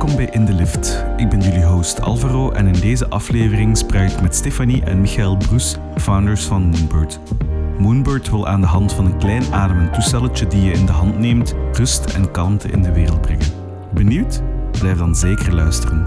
Welkom bij In de Lift. Ik ben jullie host Alvaro en in deze aflevering spraak ik met Stefanie en Michael Broes, founders van Moonbird. Moonbird wil aan de hand van een klein ademend toestelletje die je in de hand neemt, rust en kalmte in de wereld brengen. Benieuwd? Blijf dan zeker luisteren.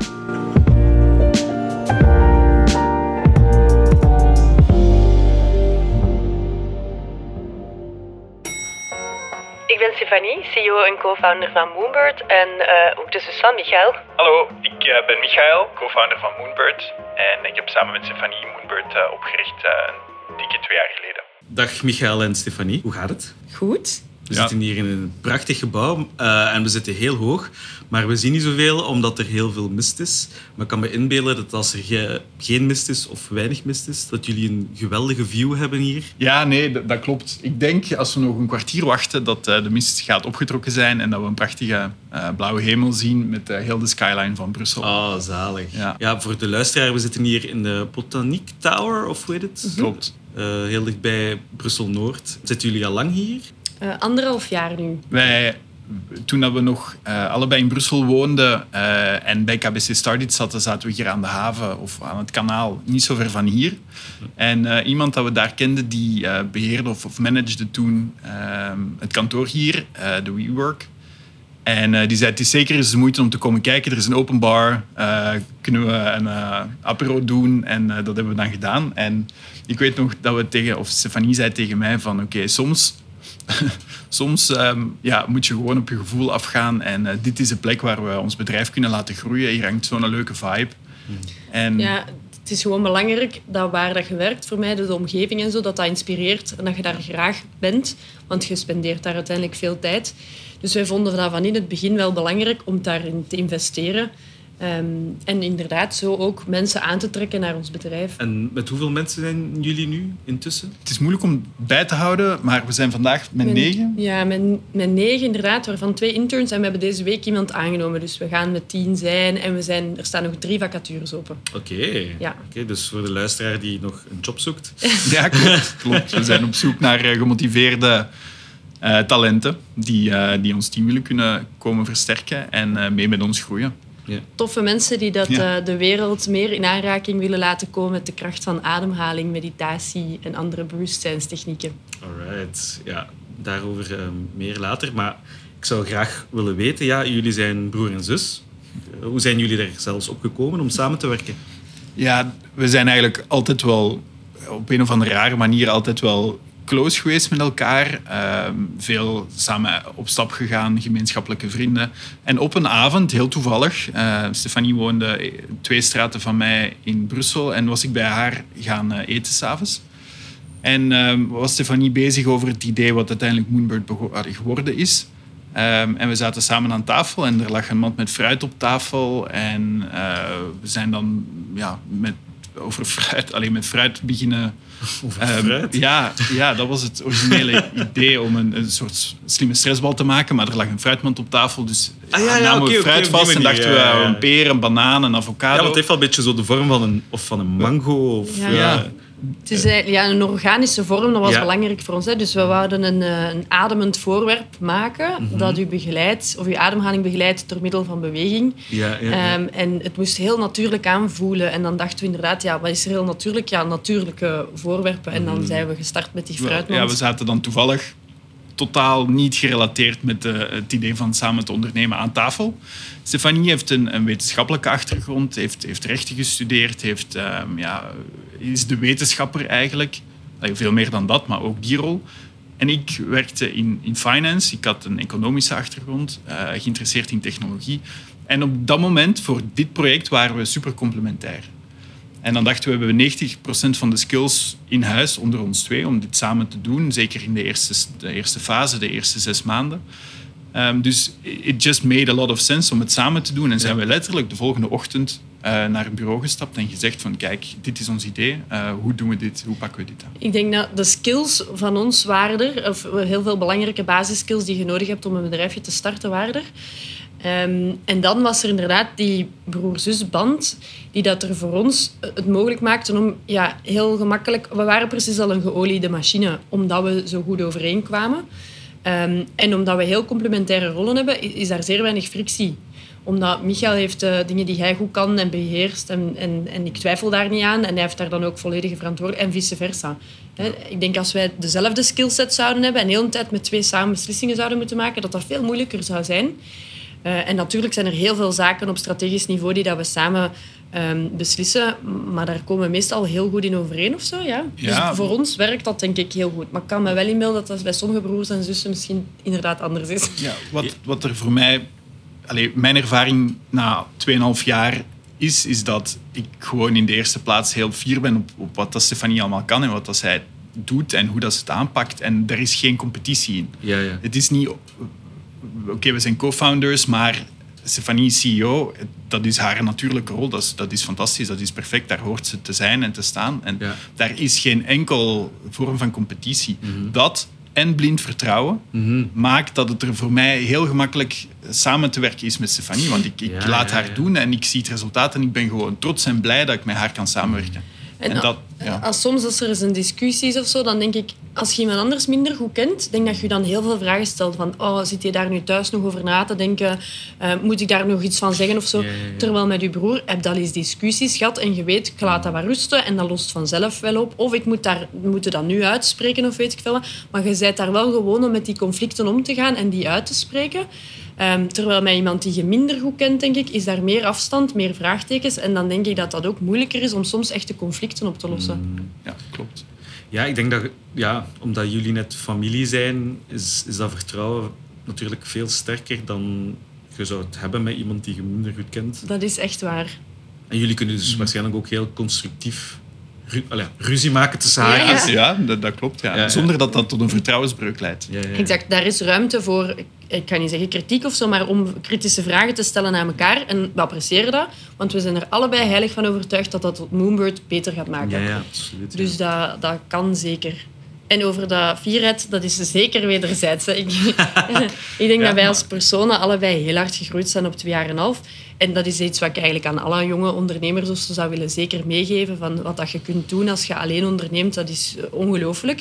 Ik ben Stefanie, CEO en co-founder van Moonbird en ook de zus van Michael. Hallo, ik ben Michael, co-founder van Moonbird. En ik heb samen met Stefanie Moonbird opgericht een dikke 2 jaar geleden. Dag Michael en Stefanie, hoe gaat het? Goed. We zitten hier in een prachtig gebouw en we zitten heel hoog, maar we zien niet zoveel omdat er heel veel mist is. Maar ik kan me inbeelden dat als er geen mist is of weinig mist is, dat jullie een geweldige view hebben hier. Ja, nee, dat klopt. Ik denk als we nog een kwartier wachten dat de mist gaat opgetrokken zijn en dat we een prachtige blauwe hemel zien met heel de skyline van Brussel. Oh, zalig. Ja. Voor de luisteraar, we zitten hier in de Botaniek Tower, of hoe heet het? Klopt. Heel dicht bij Brussel-Noord. Zitten jullie al lang hier? 1,5 jaar nu. Toen dat we nog allebei in Brussel woonden en bij KBC Started zaten we hier aan de haven of aan het kanaal, niet zo ver van hier. En iemand dat we daar kenden, die beheerde of managede toen het kantoor hier, de WeWork. En die zei, het is zeker eens de moeite om te komen kijken. Er is een open bar, kunnen we een apero doen. En dat hebben we dan gedaan. En ik weet nog dat Stefanie zei tegen mij van oké, soms moet je gewoon op je gevoel afgaan. En dit is de plek waar we ons bedrijf kunnen laten groeien. Hier hangt zo'n leuke vibe. En Ja, het is gewoon belangrijk dat waar dat je werkt, voor mij de omgeving en zo, dat inspireert en dat je daar graag bent. Want je spendeert daar uiteindelijk veel tijd. Dus wij vonden dat van in het begin wel belangrijk om daarin te investeren. En inderdaad zo ook mensen aan te trekken naar ons bedrijf. En met hoeveel mensen zijn jullie nu intussen? het is moeilijk om bij te houden, maar we zijn vandaag met 9. Ja, met 9 inderdaad, waarvan 2 interns. En we hebben deze week iemand aangenomen. Dus we gaan met 10 zijn en er staan nog 3 vacatures open. Oké. Ja. Dus voor de luisteraar die nog een job zoekt. Ja, klopt. We zijn op zoek naar gemotiveerde talenten die ons team willen kunnen komen versterken en mee met ons groeien. Ja. Toffe mensen die de wereld meer in aanraking willen laten komen met de kracht van ademhaling, meditatie en andere bewustzijnstechnieken. Alright. Ja, daarover meer later. Maar ik zou graag willen weten, jullie zijn broer en zus. Hoe zijn jullie er zelfs op gekomen om samen te werken? Ja, we zijn eigenlijk altijd wel op een of andere rare manier altijd wel close geweest met elkaar. Veel samen op stap gegaan, gemeenschappelijke vrienden. En op een avond, heel toevallig, Stefanie woonde 2 straten van mij in Brussel en was ik bij haar gaan eten 's avonds. En was Stefanie bezig over het idee wat uiteindelijk Moonbird geworden is. En we zaten samen aan tafel en er lag een mand met fruit op tafel. En we zijn dan met fruit beginnen. Fruit? Ja, dat was het originele idee om een soort slimme stressbal te maken. Maar er lag een fruitmand op tafel, dus namen we fruit vast en dachten we een peer, een banaan, een avocado. Ja, want het heeft wel een beetje zo de vorm van een mango. Of, Het is een organische vorm, dat was belangrijk voor ons. Hè. Dus we wouden een ademend voorwerp maken dat u begeleidt, of uw ademhaling begeleidt door middel van beweging. En het moest heel natuurlijk aanvoelen. En dan dachten we inderdaad, wat is er heel natuurlijk? Ja, natuurlijke voorwerpen. En dan zijn we gestart met die fruitmand. Ja, we zaten dan toevallig totaal niet gerelateerd met het idee van samen te ondernemen aan tafel. Stefanie heeft een wetenschappelijke achtergrond, heeft rechten gestudeerd, is de wetenschapper eigenlijk. Veel meer dan dat, maar ook die rol. En ik werkte in finance. Ik had een economische achtergrond, geïnteresseerd in technologie. En op dat moment, voor dit project, waren we super complementair. En dan dachten we hebben 90% van de skills in huis onder ons 2 om dit samen te doen. Zeker in de eerste fase, de eerste 6 maanden. Dus it just made a lot of sense om het samen te doen. En zijn we letterlijk de volgende ochtend naar een bureau gestapt en gezegd van kijk, dit is ons idee. Hoe doen we dit? Hoe pakken we dit aan? Ik denk dat de skills van ons waren er. Of heel veel belangrijke basisskills die je nodig hebt om een bedrijfje te starten waren er. En dan was er inderdaad die broer-zusband die dat er voor ons het mogelijk maakte om heel gemakkelijk... We waren precies al een geoliede machine, omdat we zo goed overeenkwamen. En omdat we heel complementaire rollen hebben, is daar zeer weinig frictie. Omdat Michael heeft dingen die hij goed kan en beheerst. En ik twijfel daar niet aan. En hij heeft daar dan ook volledige verantwoordelijkheid. En vice versa. Ik denk als wij dezelfde skillset zouden hebben en de hele tijd met 2 samen beslissingen zouden moeten maken, dat veel moeilijker zou zijn. En natuurlijk zijn er heel veel zaken op strategisch niveau die dat we samen beslissen. Maar daar komen we meestal heel goed in overeen of zo. Ja? Ja. Dus voor ons werkt dat denk ik heel goed. Maar ik kan me wel inbeelden dat bij sommige broers en zussen misschien inderdaad anders is. Ja, wat er voor mij... mijn ervaring na 2,5 jaar is dat ik gewoon in de eerste plaats heel fier ben op wat dat Stefanie allemaal kan en wat dat zij doet en hoe dat ze het aanpakt. En er is geen competitie in. Ja, ja. Het is niet... Oké, we zijn co-founders, maar Stefanie, CEO, dat is haar natuurlijke rol. Dat is fantastisch, dat is perfect. Daar hoort ze te zijn en te staan. En daar is geen enkel vorm van competitie. Mm-hmm. Dat en blind vertrouwen maakt dat het er voor mij heel gemakkelijk samen te werken is met Stefanie. Want ik laat haar doen en ik zie het resultaat en ik ben gewoon trots en blij dat ik met haar kan samenwerken. Als er eens een discussie is of zo, dan denk ik, als je iemand anders minder goed kent, denk dat je je dan heel veel vragen stelt van, zit je daar nu thuis nog over na te denken? Moet ik daar nog iets van zeggen of zo? Ja. Terwijl met je broer heb je al eens discussies gehad en je weet, ik laat dat wat rusten en dat lost vanzelf wel op. Of ik moet dat nu uitspreken of weet ik veel. Maar je bent daar wel gewoon om met die conflicten om te gaan en die uit te spreken. Terwijl met iemand die je minder goed kent, denk ik, is daar meer afstand, meer vraagtekens. En dan denk ik dat dat ook moeilijker is om soms echte conflicten op te lossen. Ja, klopt. Ja, ik denk dat, omdat jullie net familie zijn, is dat vertrouwen natuurlijk veel sterker dan je zou het hebben met iemand die je minder goed kent. Dat is echt waar. En jullie kunnen dus waarschijnlijk ook heel constructief ruzie maken tussen haakjes. Ja, dat klopt. Ja. Zonder dat dat tot een vertrouwensbreuk leidt. Ja. Exact. Daar is ruimte voor, ik kan niet zeggen kritiek of zo, maar om kritische vragen te stellen aan elkaar. En we appreciëren dat, want we zijn er allebei heilig van overtuigd dat dat Moonbird beter gaat maken. Ja, absoluut. Dus dat kan zeker. En over dat fierheid, dat is zeker wederzijds. Ik denk dat wij als personen allebei heel hard gegroeid zijn op 2,5 jaar. En dat is iets wat ik eigenlijk aan alle jonge ondernemers of zo zou willen zeker meegeven. Van wat dat je kunt doen als je alleen onderneemt, dat is ongelooflijk.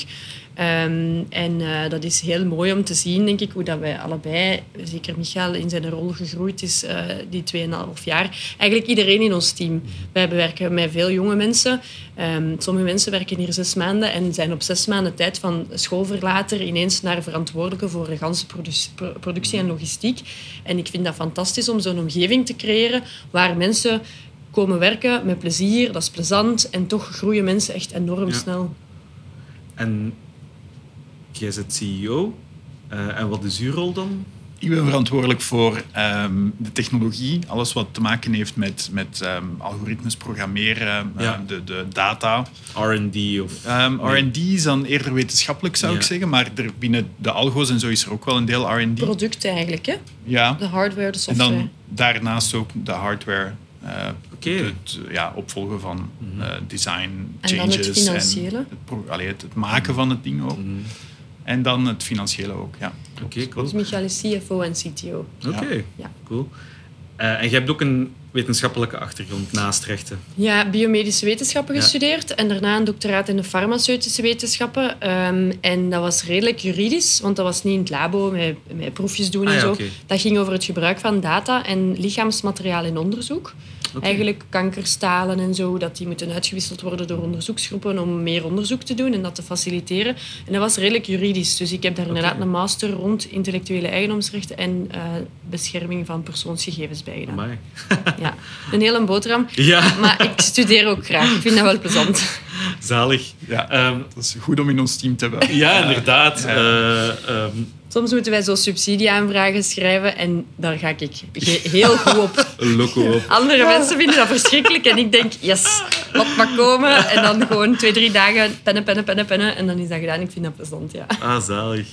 Dat is heel mooi om te zien, denk ik, hoe dat wij allebei, zeker Michael, in zijn rol gegroeid is die 2,5 jaar. Eigenlijk iedereen in ons team. Wij werken met veel jonge mensen. Sommige mensen werken hier 6 maanden en zijn op 6 maanden tijd van schoolverlater ineens naar verantwoordelijke voor de ganse productie en logistiek. En ik vind dat fantastisch om zo'n omgeving te creëren waar mensen komen werken met plezier, dat is plezant en toch groeien mensen echt enorm snel. En jij bent CEO. En wat is uw rol dan? Ik ben verantwoordelijk voor de technologie. Alles wat te maken heeft met algoritmes, programmeren, de data. R&D of... R&D is dan eerder wetenschappelijk, zou ik zeggen. Maar binnen de algo's en zo is er ook wel een deel R&D. Producten eigenlijk, hè? Ja. De hardware, de software. En dan daarnaast ook de hardware. Het opvolgen van design changes. En dan het financiële. En het maken van het ding ook. En dan het financiële ook, ja. Oké, cool. Dus Michael is CFO en CTO. Oké, cool. En je hebt ook een wetenschappelijke achtergrond naast rechten. Ja, biomedische wetenschappen gestudeerd en daarna een doctoraat in de farmaceutische wetenschappen. En dat was redelijk juridisch, want dat was niet in het labo met proefjes doen en zo. Okay. Dat ging over het gebruik van data en lichaamsmateriaal in onderzoek. Okay. Eigenlijk kankerstalen en zo, dat die moeten uitgewisseld worden door onderzoeksgroepen om meer onderzoek te doen en dat te faciliteren. En dat was redelijk juridisch. Dus ik heb daar inderdaad een master rond intellectuele eigendomsrechten en bescherming van persoonsgegevens bij gedaan. Amai. Ja, een hele boterham. Ja. Maar ik studeer ook graag. Ik vind dat wel plezant. Zalig. Ja, dat is goed om in ons team te hebben. Ja, inderdaad. Soms moeten wij zo subsidieaanvragen schrijven en daar ga ik heel goed op. Loco op. Andere mensen vinden dat verschrikkelijk en ik denk, yes, wat mag komen. En dan gewoon 2-3 dagen pennen en dan is dat gedaan. Ik vind dat plezant, ja. Ah, zalig.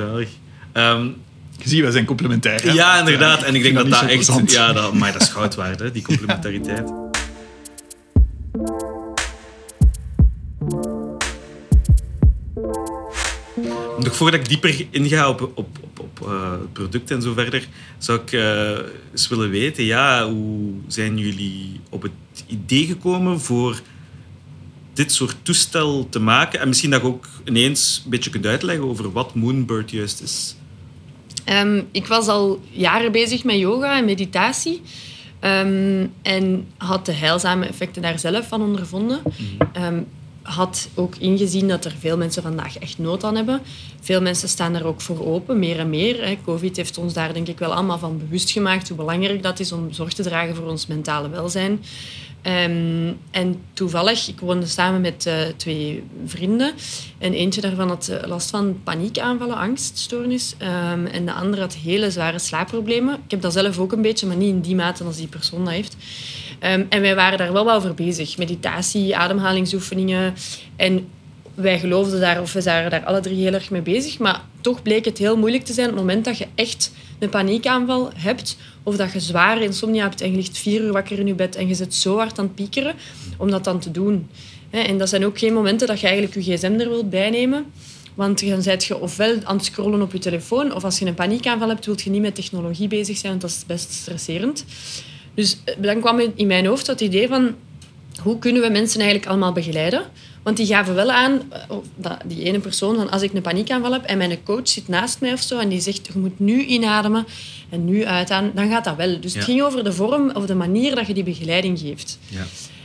Je ziet, wij zijn complementair. Hè? Ja, inderdaad. En ik denk dat echt... Ja, maar dat is goud waard, hè, die complementariteit. Nog voordat ik dieper inga op het product en zo verder, zou ik eens willen weten, hoe zijn jullie op het idee gekomen voor dit soort toestel te maken? En misschien dat je ook ineens een beetje kunt uitleggen over wat Moonbird juist is. Ik was al jaren bezig met yoga en meditatie. En had de heilzame effecten daar zelf van ondervonden. Had ook ingezien dat er veel mensen vandaag echt nood aan hebben. Veel mensen staan daar ook voor open, meer en meer. Hè. Covid heeft ons daar denk ik wel allemaal van bewust gemaakt hoe belangrijk dat is om zorg te dragen voor ons mentale welzijn. En toevallig, ik woonde samen met 2 vrienden. En eentje daarvan had last van paniekaanvallen, angststoornis. En de andere had hele zware slaapproblemen. Ik heb dat zelf ook een beetje, maar niet in die mate als die persoon dat heeft. En wij waren daar wel over bezig. Meditatie, ademhalingsoefeningen. En wij geloofden daar, of we waren daar alle 3 heel erg mee bezig. Maar toch bleek het heel moeilijk te zijn op het moment dat je echt een paniekaanval hebt. Of dat je zware insomnia hebt en je ligt 4 uur wakker in je bed en je zit zo hard aan het piekeren om dat dan te doen. En dat zijn ook geen momenten dat je eigenlijk je gsm er wilt bijnemen. Want dan ben je ofwel aan het scrollen op je telefoon, of als je een paniekaanval hebt, wil je niet met technologie bezig zijn, want dat is best stresserend. Dus dan kwam in mijn hoofd het idee van, hoe kunnen we mensen eigenlijk allemaal begeleiden? Want die gaven wel aan, die ene persoon, van als ik een paniekaanval heb en mijn coach zit naast mij of zo en die zegt, je moet nu inademen en nu uitademen, dan gaat dat wel. Dus het ging over de vorm of de manier dat je die begeleiding geeft. Ja.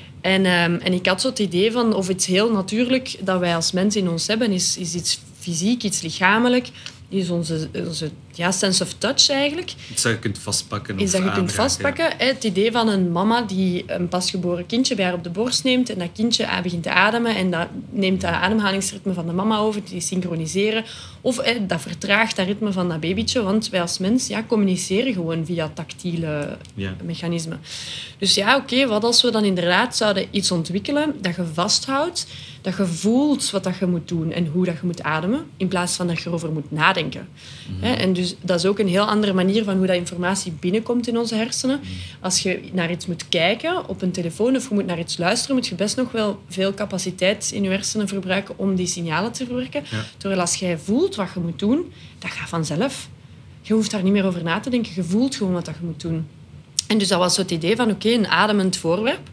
En ik had zo het idee van, of iets heel natuurlijk dat wij als mensen in ons hebben, is iets fysiek, iets lichamelijk. Is onze sense of touch eigenlijk. Iets dat je kunt vastpakken. Iets dat je kunt vastpakken. Ja. Het idee van een mama die een pasgeboren kindje bij haar op de borst neemt en dat kindje begint te ademen en dat neemt dat ademhalingsritme van de mama over, die synchroniseren. Of dat vertraagt dat ritme van dat babytje, want wij als mens communiceren gewoon via tactiele mechanismen. Dus wat als we dan inderdaad zouden iets ontwikkelen dat je vasthoudt, dat je voelt wat dat je moet doen en hoe dat je moet ademen, in plaats van dat je erover moet nadenken. En dus dat is ook een heel andere manier van hoe dat informatie binnenkomt in onze hersenen. Als je naar iets moet kijken op een telefoon of je moet naar iets luisteren, moet je best nog wel veel capaciteit in je hersenen verbruiken om die signalen te verwerken. Ja. Terwijl als jij voelt wat je moet doen, dat gaat vanzelf. Je hoeft daar niet meer over na te denken. Je voelt gewoon wat dat je moet doen. En dus dat was zo het idee van een ademend voorwerp.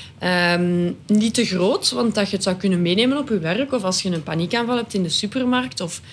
Niet te groot, want dat je het zou kunnen meenemen op je werk of als je een paniekaanval hebt in de supermarkt of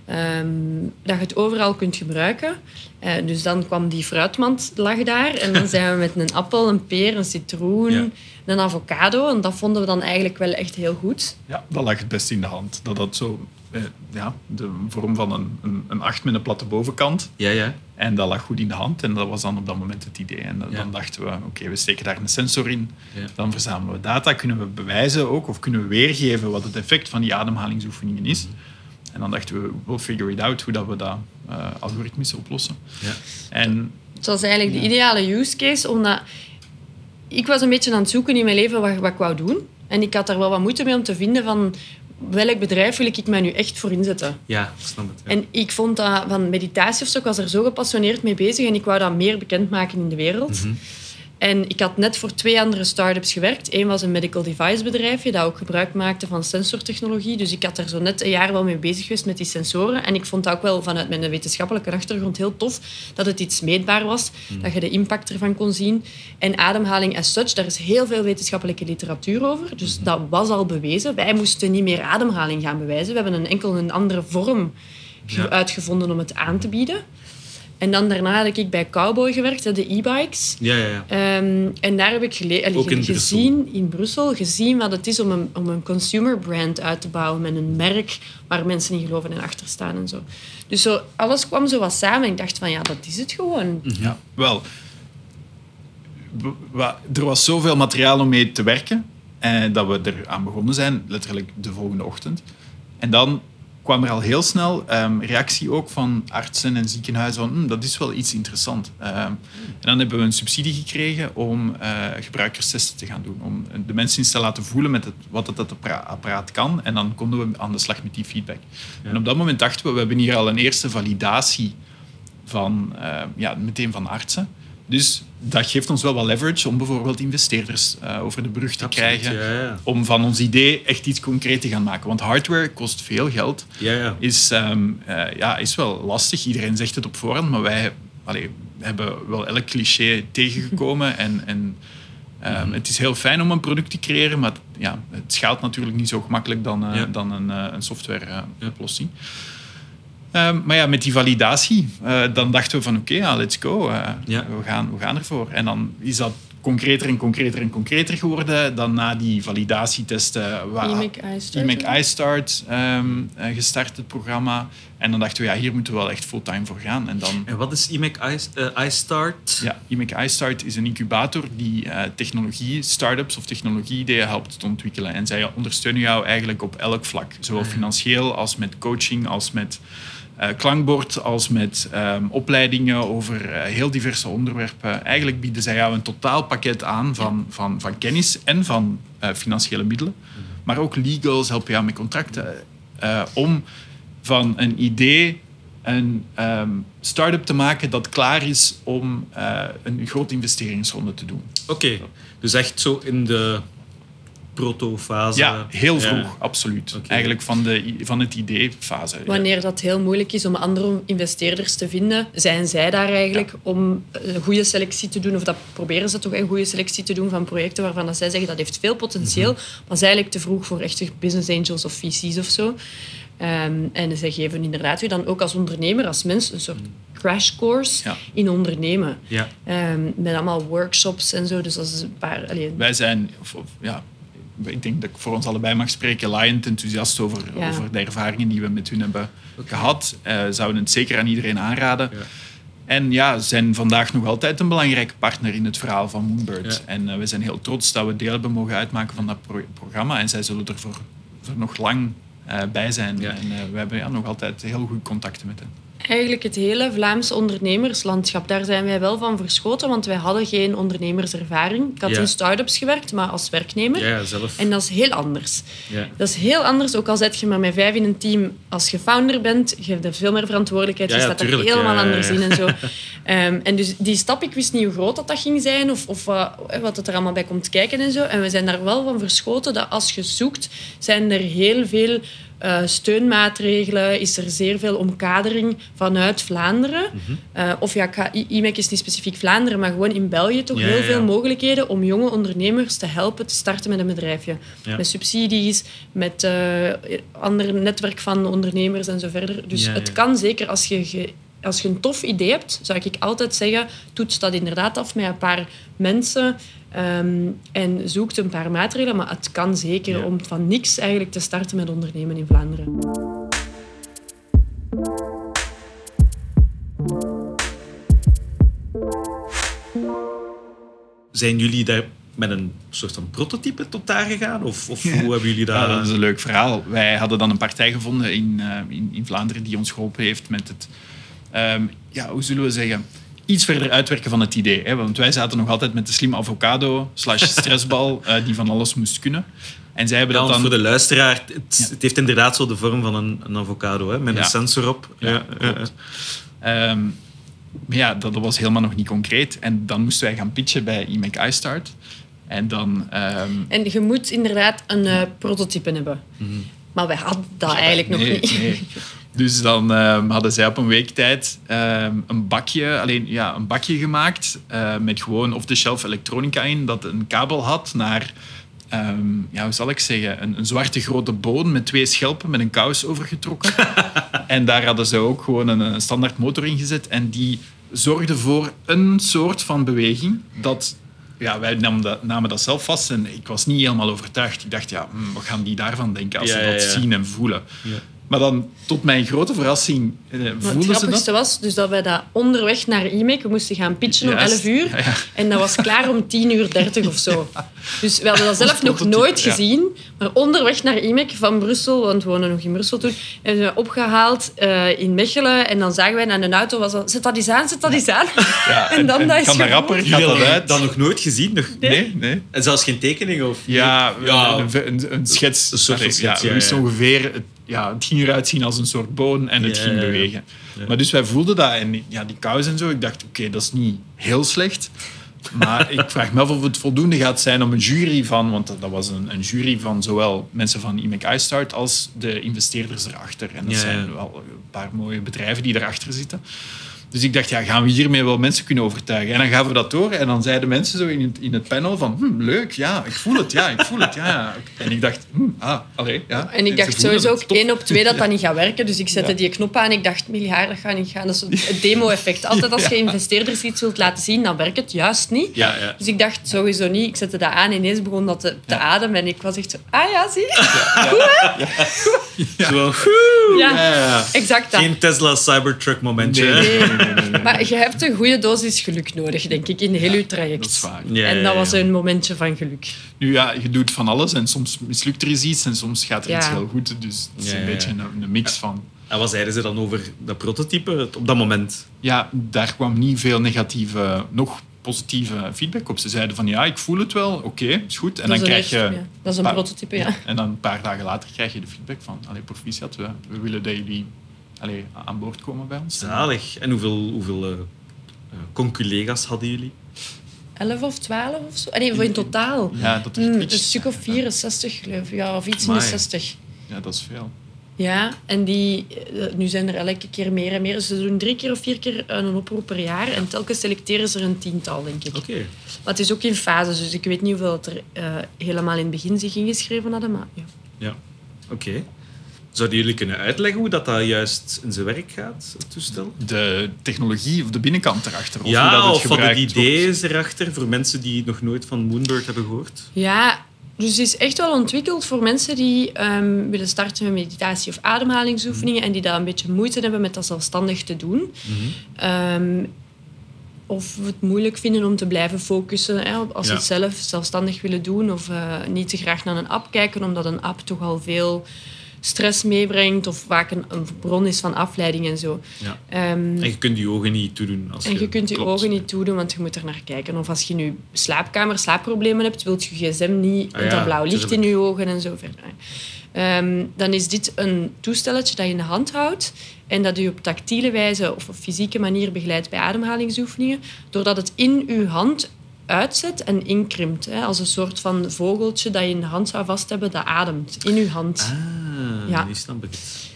dat je het overal kunt gebruiken. Dus dan kwam die fruitmand lag daar en dan zijn we met een appel, een peer, een citroen, een avocado en dat vonden we dan eigenlijk wel echt heel goed. Ja, dat lag het best in de hand. Dat zo, de vorm van een 8 met een platte bovenkant. Ja. En dat lag goed in de hand en dat was dan op dat moment het idee. En dan dachten we, we steken daar een sensor in, dan verzamelen we data, kunnen we bewijzen ook, of kunnen we weergeven wat het effect van die ademhalingsoefeningen is. En dan dachten we, we'll figure it out, hoe dat we dat algoritmisch oplossen. Ja. En het was eigenlijk de ideale use case, omdat ik was een beetje aan het zoeken in mijn leven wat ik wou doen. En ik had daar wel wat moeite mee om te vinden van welk bedrijf wil ik mij nu echt voor inzetten. Ja, snap het. Ja. En ik vond dat van meditatie of zo, ik was er zo gepassioneerd mee bezig en ik wou dat meer bekendmaken in de wereld. En ik had net voor 2 andere start-ups gewerkt. Eén was een medical device bedrijfje dat ook gebruik maakte van sensortechnologie. Dus ik had er zo net een jaar wel mee bezig geweest met die sensoren. En ik vond dat ook wel vanuit mijn wetenschappelijke achtergrond heel tof dat het iets meetbaar was, dat je de impact ervan kon zien. En ademhaling as such, daar is heel veel wetenschappelijke literatuur over. Dus dat was al bewezen. Wij moesten niet meer ademhaling gaan bewijzen. We hebben een andere vorm uitgevonden om het aan te bieden. En dan daarna heb ik bij Cowboy gewerkt, de e-bikes. Ja. En daar heb ik gezien in Brussel wat het is om een consumer brand uit te bouwen met een merk waar mensen in geloven en achter staan en zo. Dus zo, alles kwam zo wat samen en ik dacht van dat is het gewoon. Ja, wel. Er was zoveel materiaal om mee te werken dat we eraan begonnen zijn, letterlijk de volgende ochtend. En dan kwam er al heel snel reactie ook van artsen en ziekenhuizen van dat is wel iets interessant. En dan hebben we een subsidie gekregen om gebruikerstesten te gaan doen. Om de mensen eens te laten voelen met wat het apparaat kan. En dan konden we aan de slag met die feedback. Ja. En op dat moment dachten we hebben hier al een eerste validatie van, meteen van artsen. Dus dat geeft ons wel wat leverage om bijvoorbeeld investeerders over de brug te krijgen. Ja. Om van ons idee echt iets concreet te gaan maken. Want hardware kost veel geld. Ja. Is wel lastig. Iedereen zegt het op voorhand. Maar wij hebben wel elk cliché tegengekomen. Het is heel fijn om een product te creëren. Maar het schaalt natuurlijk niet zo gemakkelijk dan een software oplossing. Maar ja, met die validatie, dan dachten we van oké, let's go. Ja. We gaan ervoor. En dan is dat concreter geworden. Dan na die validatietesten... IMEC iStart gestart, het programma. En dan dachten we, hier moeten we wel echt fulltime voor gaan. En wat is IMEC iStart? Ja, IMEC iStart is een incubator die startups of technologie-ideeën helpt te ontwikkelen. En zij ondersteunen jou eigenlijk op elk vlak. Zowel financieel als met coaching, als met klankbord, als met opleidingen over heel diverse onderwerpen. Eigenlijk bieden zij jou een totaalpakket aan van kennis en van financiële middelen. Maar ook legals helpen jou met contracten om van een idee een start-up te maken dat klaar is om een grote investeringsronde te doen. Oké, dus echt zo in de protofase? Ja, heel vroeg, absoluut. Okay. Eigenlijk van het idee-fase. Wanneer dat heel moeilijk is om andere investeerders te vinden, zijn zij daar eigenlijk om een goede selectie te doen, of dat proberen ze toch een goede selectie te doen van projecten waarvan dat zij zeggen dat heeft veel potentieel, maar dat is eigenlijk te vroeg voor echte business angels of VC's of zo. En zij geven inderdaad u dan ook als ondernemer, als mens, een soort crash course in ondernemen. Ja. Met allemaal workshops en zo. Dus dat is een paar... Wij zijn... ik denk dat ik voor ons allebei mag spreken, laaiend enthousiast over de ervaringen die we met hun hebben gehad. Zouden het zeker aan iedereen aanraden. Ja. En zijn vandaag nog altijd een belangrijke partner in het verhaal van Moonbird. Ja. En we zijn heel trots dat we deel hebben mogen uitmaken van dat programma. En zij zullen er voor nog lang bij zijn. Ja. En we hebben nog altijd heel goede contacten met hen. Eigenlijk het hele Vlaamse ondernemerslandschap, daar zijn wij wel van verschoten, want wij hadden geen ondernemerservaring. Ik had in start-ups gewerkt, maar als werknemer. Ja, zelf. En dat is heel anders. Ja. Dat is heel anders, ook al zit je maar met 5 in een team. Als je founder bent, je hebt veel meer verantwoordelijkheid. Je staat er helemaal anders in en zo. En dus die stap, ik wist niet hoe groot dat ging zijn of wat het er allemaal bij komt kijken en zo. En we zijn daar wel van verschoten dat als je zoekt, zijn er heel veel steunmaatregelen, is er zeer veel omkadering vanuit Vlaanderen. IMEC is niet specifiek Vlaanderen, maar gewoon in België toch heel veel mogelijkheden om jonge ondernemers te helpen te starten met een bedrijfje. Ja. Met subsidies, met ander netwerk van ondernemers en zo verder. Dus het kan zeker, als je een tof idee hebt, zou ik altijd zeggen, toets dat inderdaad af met een paar mensen en zoekt een paar maatregelen. Maar het kan zeker om van niks eigenlijk te starten met ondernemen in Vlaanderen. Zijn jullie daar met een soort van prototype tot daar gegaan? Of hoe hebben jullie dat... Ja, dat is een leuk verhaal. Wij hadden dan een partij gevonden in Vlaanderen die ons geholpen heeft met het... hoe zullen we zeggen... iets verder uitwerken van het idee. Hè? Want wij zaten nog altijd met de slim avocado /stressbal die van alles moest kunnen. En zij hebben dat dan... Voor de luisteraar, het heeft inderdaad zo de vorm van een avocado, hè? Met een sensor op. Maar dat was helemaal nog niet concreet. En dan moesten wij gaan pitchen bij IMEC iStart. En dan... En je moet inderdaad een prototype hebben. Mm-hmm. Maar wij hadden dat eigenlijk nog niet. Nee. Dus dan hadden zij op een week tijd een bakje gemaakt met gewoon off-the-shelf elektronica in, dat een kabel had naar, hoe zal ik zeggen, een zwarte grote boon met 2 schelpen met een kous overgetrokken. En daar hadden ze ook gewoon een standaard motor in gezet en die zorgde voor een soort van beweging dat... Ja, wij namen dat zelf vast en ik was niet helemaal overtuigd. Ik dacht, wat gaan die daarvan denken als ze dat zien en voelen? Ja. Maar dan, tot mijn grote verrassing, voelden ze dat. Het grappigste was dus dat wij dat onderweg naar IMEC, we moesten gaan pitchen om 11 uur. Ja. En dat was klaar om 10:30 of zo. Dus we hadden dat zelf nog nooit gezien. Maar onderweg naar IMEC van Brussel, want we woonden nog in Brussel toen, hebben we opgehaald in Mechelen. En dan zagen wij aan de auto, was dat, zet dat eens aan. Ja, en dan dat is kan rapper, gaat dat uit. Dat nog nooit gezien? Nee. En zelfs geen tekening? Of een schets. Een soort van schets, we wisten ongeveer... het ging eruit zien als een soort boon en het ging bewegen. Ja. Maar dus wij voelden dat en die kous en zo. Ik dacht, oké, dat is niet heel slecht. Maar ik vraag me af of het voldoende gaat zijn om een jury van... Want dat was een jury van zowel mensen van IMEC iStart als de investeerders erachter. En dat zijn wel een paar mooie bedrijven die erachter zitten. Dus ik dacht, gaan we hiermee wel mensen kunnen overtuigen? En dan gaven we dat door en dan zeiden mensen zo in het panel van... leuk, ja, ik voel het. Ja. En ik dacht, allee, ja. En ik dacht sowieso ook 1 op 2 dat niet gaat werken. Dus ik zette die knop aan. Ik dacht, miljarden gaat niet gaan. Dat is het demo-effect. Altijd als je investeerders iets wilt laten zien, dan werkt het juist niet. Ja. Dus ik dacht sowieso niet. Ik zette dat aan. Ineens begon dat te ademen. En ik was echt zo... zie je? Goed, hè? Zo, Ja, exact dat. geen Tesla Cybertruck momentje. Nee. Maar je hebt een goede dosis geluk nodig, denk ik, in heel je traject. Dat is waar. En dat was een momentje van geluk. Nu ja, je doet van alles en soms mislukt er iets en soms gaat er iets Ja. heel goed. Dus het is een beetje een mix van... En wat zeiden ze dan over dat prototype op dat moment? Ja, daar kwam niet veel negatieve, nog positieve feedback op. Ze zeiden van ik voel het wel, oké, is goed. En Dat dan is krijg je... Dat is een prototype, ja. En dan een paar dagen later krijg je de feedback van proficiat, we willen dat jullie aan boord komen bij ons. Zalig. En hoeveel conculega's hadden jullie? 11 of 12 of zo? Nee, in totaal. Ja, dat Een is stuk of 64, geloof ik. Ja, of iets in Amai. de 60. Ja, dat is veel. Ja, en nu zijn er elke keer meer en meer. Ze doen 3 keer of 4 keer een oproep per jaar. En telkens selecteren ze er een 10-tal, denk ik. Oké. Maar het is ook in fases, dus ik weet niet hoeveel er helemaal in het begin zich ingeschreven hadden. Maar ja. Ja. Oké. Zouden jullie kunnen uitleggen hoe dat juist in zijn werk gaat, het toestel? De technologie of de binnenkant erachter. Of hoe Ja, dat het of wat het gebruikt idee wordt. is erachter voor mensen die nog nooit van Moonbird hebben gehoord? Ja, dus het is echt wel ontwikkeld voor mensen die willen starten met meditatie of ademhalingsoefeningen en die daar een beetje moeite hebben met dat zelfstandig te doen. Of het moeilijk vinden om te blijven focussen als ze het zelf zelfstandig willen doen. Of niet te graag naar een app kijken, omdat een app toch al veel stress meebrengt of vaak een bron is van afleiding en zo. Ja. En je kunt je ogen niet toedoen. En je kunt je ogen niet toedoen, want je moet er naar kijken. Of als je in je slaapkamer slaapproblemen hebt, wilt je gsm niet met dat blauw licht in je ogen en zo verder. Dan is dit een toestelletje dat je in de hand houdt en dat je op tactiele wijze of op fysieke manier begeleidt bij ademhalingsoefeningen, doordat het in je hand uitzet en inkrimpt. Als een soort van vogeltje dat je in de hand zou vast hebben, dat ademt in je hand. Nu snap ik het.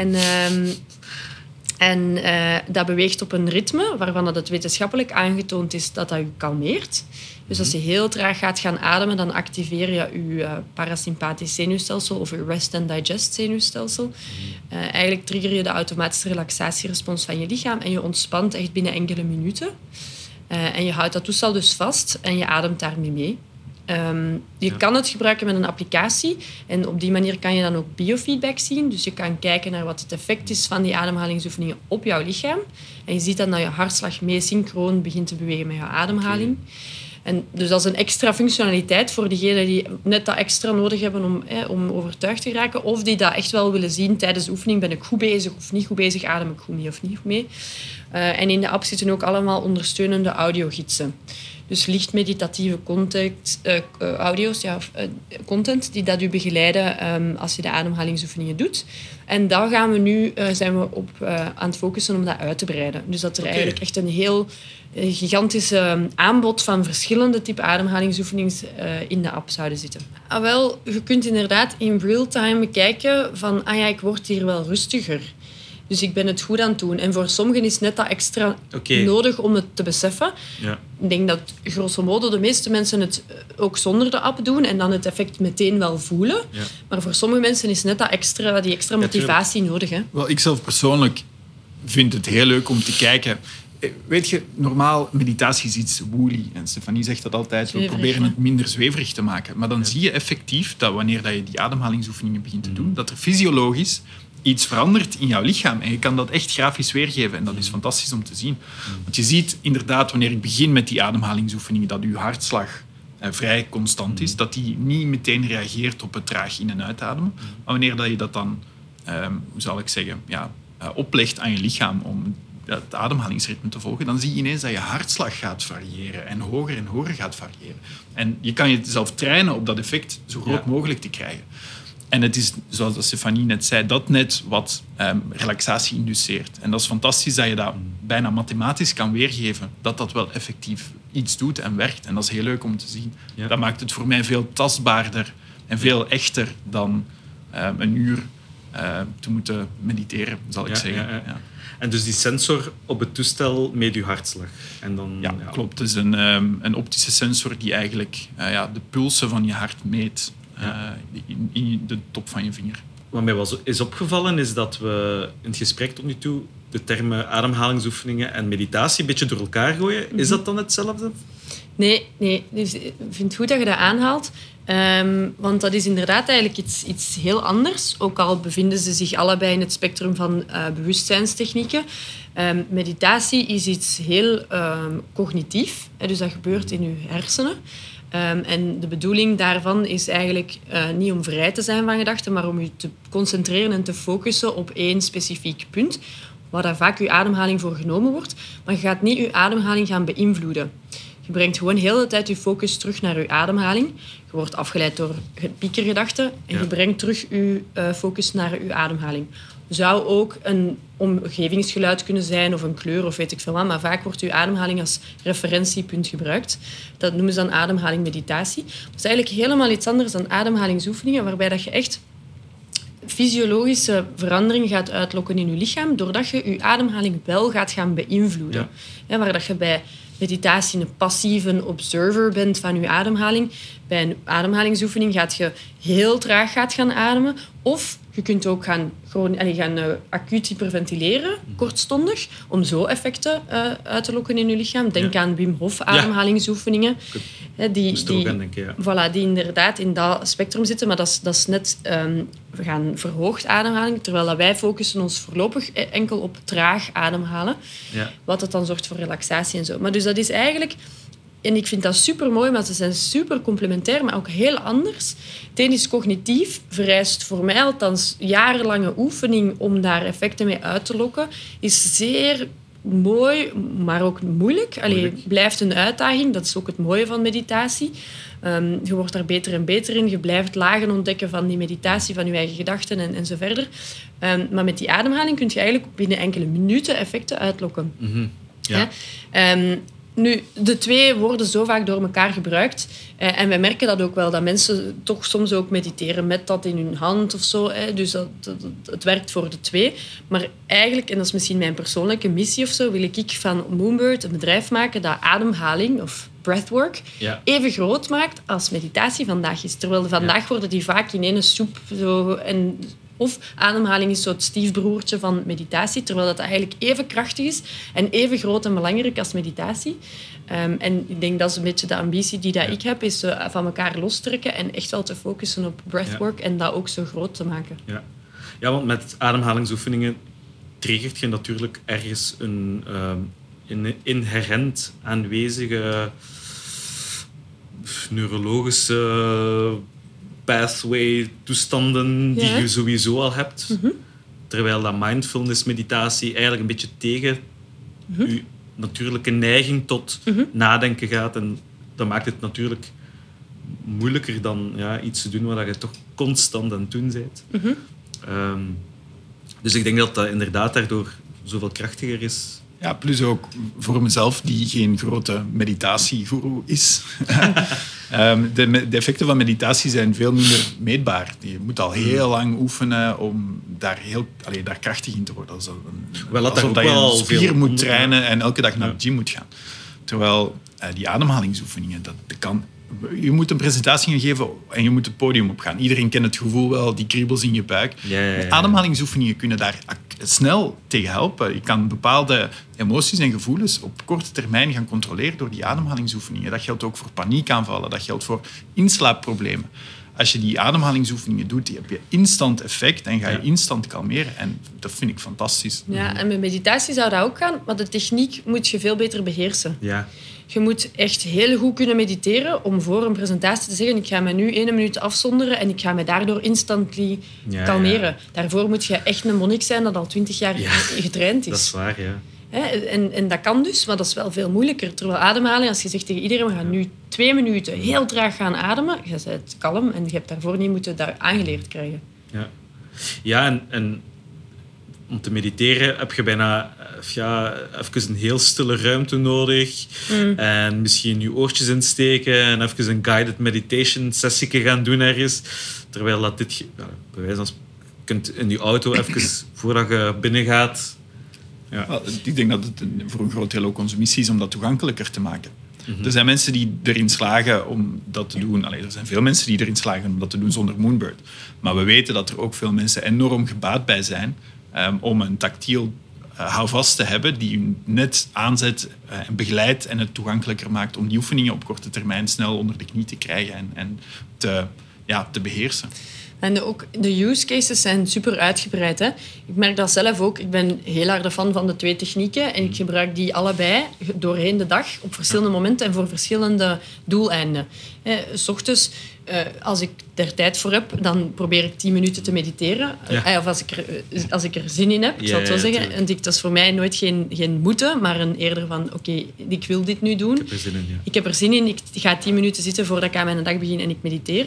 En dat beweegt op een ritme waarvan het wetenschappelijk aangetoond is dat dat je kalmeert. Dus als je heel traag gaat gaan ademen, dan activeer je je parasympathisch zenuwstelsel of je rest and digest zenuwstelsel. Eigenlijk trigger je de automatische relaxatierespons van je lichaam en je ontspant echt binnen enkele minuten. En je houdt dat toestel dus vast en je ademt daarmee mee. Je kan het gebruiken met een applicatie en op die manier kan je dan ook biofeedback zien. Dus je kan kijken naar wat het effect is van die ademhalingsoefeningen op jouw lichaam. En je ziet dan dat je hartslag mee synchroon begint te bewegen met je ademhaling. En dus dat is een extra functionaliteit voor diegenen die net dat extra nodig hebben om overtuigd te raken. Of die dat echt wel willen zien tijdens de oefening. Ben ik goed bezig of niet goed bezig? Adem ik goed mee of niet goed mee? En in de app zitten ook allemaal ondersteunende audiogidsen. Dus licht meditatieve audio's, content die dat u begeleiden als je de ademhalingsoefeningen doet. En daar gaan we nu zijn we op aan het focussen om dat uit te breiden. Dus dat er eigenlijk echt een heel gigantische aanbod van verschillende typen ademhalingsoefeningen in de app zouden zitten. Wel, je kunt inderdaad in real-time bekijken van ik word hier wel rustiger. Dus ik ben het goed aan het doen. En voor sommigen is net dat extra nodig om het te beseffen. Ja. Ik denk dat grosso modo de meeste mensen het ook zonder de app doen en dan het effect meteen wel voelen. Ja. Maar voor sommige mensen is net die extra motivatie nodig. Hè? Wel, ik zelf persoonlijk vind het heel leuk om te kijken. Weet je, normaal meditatie is iets woely. En Stefanie zegt dat altijd. We proberen het minder zweverig te maken. Maar dan zie je effectief dat wanneer je die ademhalingsoefeningen begint te doen, dat er fysiologisch iets verandert in jouw lichaam. En je kan dat echt grafisch weergeven. En dat is fantastisch om te zien. Want je ziet inderdaad, wanneer ik begin met die ademhalingsoefeningen, dat je hartslag vrij constant is. Dat die niet meteen reageert op het traag in- en uitademen. Maar wanneer dat je dat dan, hoe zal ik zeggen, oplegt aan je lichaam om het ademhalingsritme te volgen, dan zie je ineens dat je hartslag gaat variëren en hoger gaat variëren. En je kan jezelf trainen op dat effect zo groot mogelijk te krijgen. En het is, zoals Stefanie net zei, dat net wat relaxatie induceert. En dat is fantastisch dat je dat bijna mathematisch kan weergeven, dat dat wel effectief iets doet en werkt. En dat is heel leuk om te zien. Ja. Dat maakt het voor mij veel tastbaarder en veel echter dan een uur te moeten mediteren, zal ik zeggen. Ja. En dus die sensor op het toestel meet je hartslag. En dan, ja, klopt. Het is een optische sensor die eigenlijk de pulsen van je hart meet in de top van je vinger. Wat mij is opgevallen is dat we in het gesprek tot nu toe de termen ademhalingsoefeningen en meditatie een beetje door elkaar gooien. Mm-hmm. Is dat dan hetzelfde? Nee. Dus ik vind het goed dat je dat aanhaalt. Want dat is inderdaad eigenlijk iets heel anders. Ook al bevinden ze zich allebei in het spectrum van bewustzijnstechnieken. Meditatie is iets heel cognitief. Dus dat gebeurt in je hersenen. En de bedoeling daarvan is eigenlijk niet om vrij te zijn van gedachten, maar om je te concentreren en te focussen op één specifiek punt, waar daar vaak je ademhaling voor genomen wordt. Maar je gaat niet je ademhaling gaan beïnvloeden. Je brengt gewoon heel de hele tijd je focus terug naar je ademhaling. Je wordt afgeleid door piekergedachten en je brengt terug je focus naar je ademhaling. Zou ook een omgevingsgeluid kunnen zijn of een kleur of weet ik veel wat, maar vaak wordt je ademhaling als referentiepunt gebruikt. Dat noemen ze dan ademhaling-meditatie. Dat is eigenlijk helemaal iets anders dan ademhalingsoefeningen, waarbij dat je echt fysiologische veranderingen gaat uitlokken in je lichaam, doordat je je ademhaling wel gaat gaan beïnvloeden. Ja, waar dat je bij meditatie een passieve observer bent van je ademhaling. Bij een ademhalingsoefening gaat je heel traag gaan ademen. Of je kunt ook gaan acuut hyperventileren, kortstondig, om zo effecten uit te lokken in je lichaam. Denk aan Wim Hof ademhalingsoefeningen. Die inderdaad in dat spectrum zitten. Maar dat is net we gaan verhoogd ademhaling, terwijl dat wij focussen ons voorlopig enkel op traag ademhalen. Ja. Wat het dan zorgt voor relaxatie en zo. Maar dus dat is eigenlijk... En ik vind dat super mooi, maar ze zijn super complementair, maar ook heel anders. Het een is cognitief, vereist voor mij althans jarenlange oefening om daar effecten mee uit te lokken. Is zeer mooi, maar ook moeilijk. Blijft een uitdaging, dat is ook het mooie van meditatie. Je wordt daar beter en beter in. Je blijft lagen ontdekken van die meditatie, van je eigen gedachten en zo verder. Maar met die ademhaling kun je eigenlijk binnen enkele minuten effecten uitlokken. Mm-hmm. Ja. Nu, de twee worden zo vaak door elkaar gebruikt. En wij merken dat ook wel, dat mensen toch soms ook mediteren met dat in hun hand of zo. Dus het werkt voor de twee. Maar eigenlijk, en dat is misschien mijn persoonlijke missie of zo, wil ik van Moonbird een bedrijf maken dat ademhaling of breathwork even groot maakt als meditatie vandaag is. Terwijl vandaag worden die vaak in één soep zo... Of ademhaling is zo het stiefbroertje van meditatie, terwijl dat eigenlijk even krachtig is en even groot en belangrijk als meditatie. En ik denk dat is een beetje de ambitie die ik heb, is van elkaar lostrekken en echt wel te focussen op breathwork en dat ook zo groot te maken. Ja, want met ademhalingsoefeningen triggert je natuurlijk ergens een inherent aanwezige neurologische pathway-toestanden die je sowieso al hebt. Mm-hmm. Terwijl dat mindfulness-meditatie eigenlijk een beetje tegen je natuurlijke neiging tot nadenken gaat. En dat maakt het natuurlijk moeilijker dan iets te doen waar je toch constant aan het doen bent. Mm-hmm. Dus ik denk dat dat inderdaad daardoor zoveel krachtiger is. Ja, plus ook voor mezelf, die geen grote meditatiegoeroe is. De effecten van meditatie zijn veel minder meetbaar. Je moet al heel lang oefenen om daar krachtig in te worden. Alsof dat je een spier moet trainen en elke dag naar de gym moet gaan. Terwijl die ademhalingsoefeningen, dat kan... Je moet een presentatie gaan geven en je moet het podium opgaan. Iedereen kent het gevoel wel, die kriebels in je buik. Ja. Ademhalingsoefeningen kunnen daar snel tegen helpen. Je kan bepaalde emoties en gevoelens op korte termijn gaan controleren door die ademhalingsoefeningen. Dat geldt ook voor paniekaanvallen, dat geldt voor inslaapproblemen. Als je die ademhalingsoefeningen doet, heb je instant effect en ga je instant kalmeren. En dat vind ik fantastisch. Ja, en met meditatie zou dat ook gaan, maar de techniek moet je veel beter beheersen. Ja. Je moet echt heel goed kunnen mediteren om voor een presentatie te zeggen ik ga me nu 1 minuut afzonderen en ik ga me daardoor instantly kalmeren. Ja. Daarvoor moet je echt een monnik zijn dat al 20 jaar getraind is. Dat is waar, ja. En dat kan dus, maar dat is wel veel moeilijker. Terwijl ademhaling, als je zegt tegen iedereen we gaan nu 2 minuten heel traag gaan ademen, je bent kalm en je hebt daarvoor niet moeten dat aangeleerd krijgen. Ja, en om te mediteren heb je bijna even een heel stille ruimte nodig. En misschien je oortjes insteken en even een guided meditation sessie gaan doen ergens. Terwijl dat dit... bij wijze van, je kunt in je auto even, voordat je binnen gaat, Ja. Ik denk dat het voor een groot deel ook onze missie is om dat toegankelijker te maken. Mm-hmm. Er zijn mensen die erin slagen om dat te doen. Er zijn veel mensen die erin slagen om dat te doen zonder Moonbird. Maar we weten dat er ook veel mensen enorm gebaat bij zijn om een tactiel houvast te hebben die u net aanzet en begeleidt en het toegankelijker maakt om die oefeningen op korte termijn snel onder de knie te krijgen en te beheersen. En ook de use cases zijn super uitgebreid. Hè? Ik merk dat zelf ook. Ik ben heel erg fan van de 2 technieken en ik gebruik die allebei doorheen de dag op verschillende momenten en voor verschillende doeleinden. 's Ochtends, als ik er tijd voor heb, dan probeer ik 10 minuten te mediteren. Ja. Of als ik er zin in heb, ik zal het zo zeggen. En dat is voor mij nooit geen moeten, maar een eerder van oké, ik wil dit nu doen. Ik heb er zin in. Ik ga 10 minuten zitten voordat ik aan mijn dag begin en ik mediteer.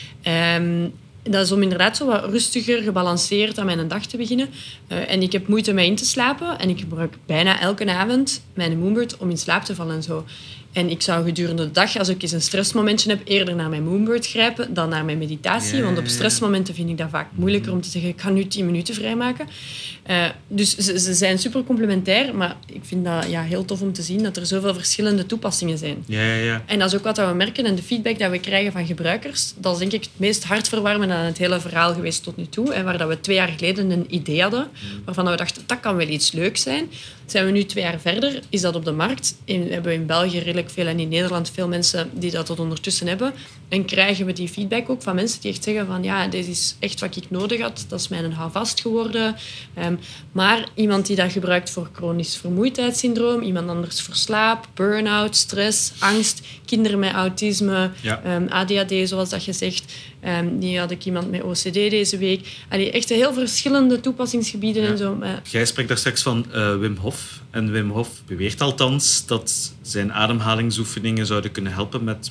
Dat is om inderdaad zo wat rustiger, gebalanceerd aan mijn dag te beginnen. En ik heb moeite met in te slapen. En ik gebruik bijna elke avond mijn Moonbird om in slaap te vallen en zo. En ik zou gedurende de dag, als ik eens een stressmomentje heb, eerder naar mijn Moonbird grijpen dan naar mijn meditatie. Want op stressmomenten vind ik dat vaak moeilijker om te zeggen, ik ga nu 10 minuten vrijmaken. Dus ze zijn super complementair, maar ik vind dat heel tof om te zien dat er zoveel verschillende toepassingen zijn. Ja. En dat is ook wat we merken en de feedback dat we krijgen van gebruikers. Dat is denk ik het meest hartverwarmende aan het hele verhaal geweest tot nu toe. En waar dat we 2 jaar geleden een idee hadden, waarvan we dachten, dat kan wel iets leuks zijn. Zijn we nu 2 jaar verder, is dat op de markt. Hebben we in België redelijk veel en in Nederland veel mensen die dat tot ondertussen hebben. En krijgen we die feedback ook van mensen die echt zeggen van deze is echt wat ik nodig had. Dat is mijn houvast geworden. Maar iemand die dat gebruikt voor chronisch vermoeidheidssyndroom, iemand anders voor slaap, burn-out, stress, angst, kinderen met autisme, ADHD zoals dat je zegt. Die had ik iemand met OCD deze week. Echt heel verschillende toepassingsgebieden en zo. Jij spreekt daar straks van Wim Hof. En Wim Hof beweert althans dat zijn ademhalingsoefeningen zouden kunnen helpen met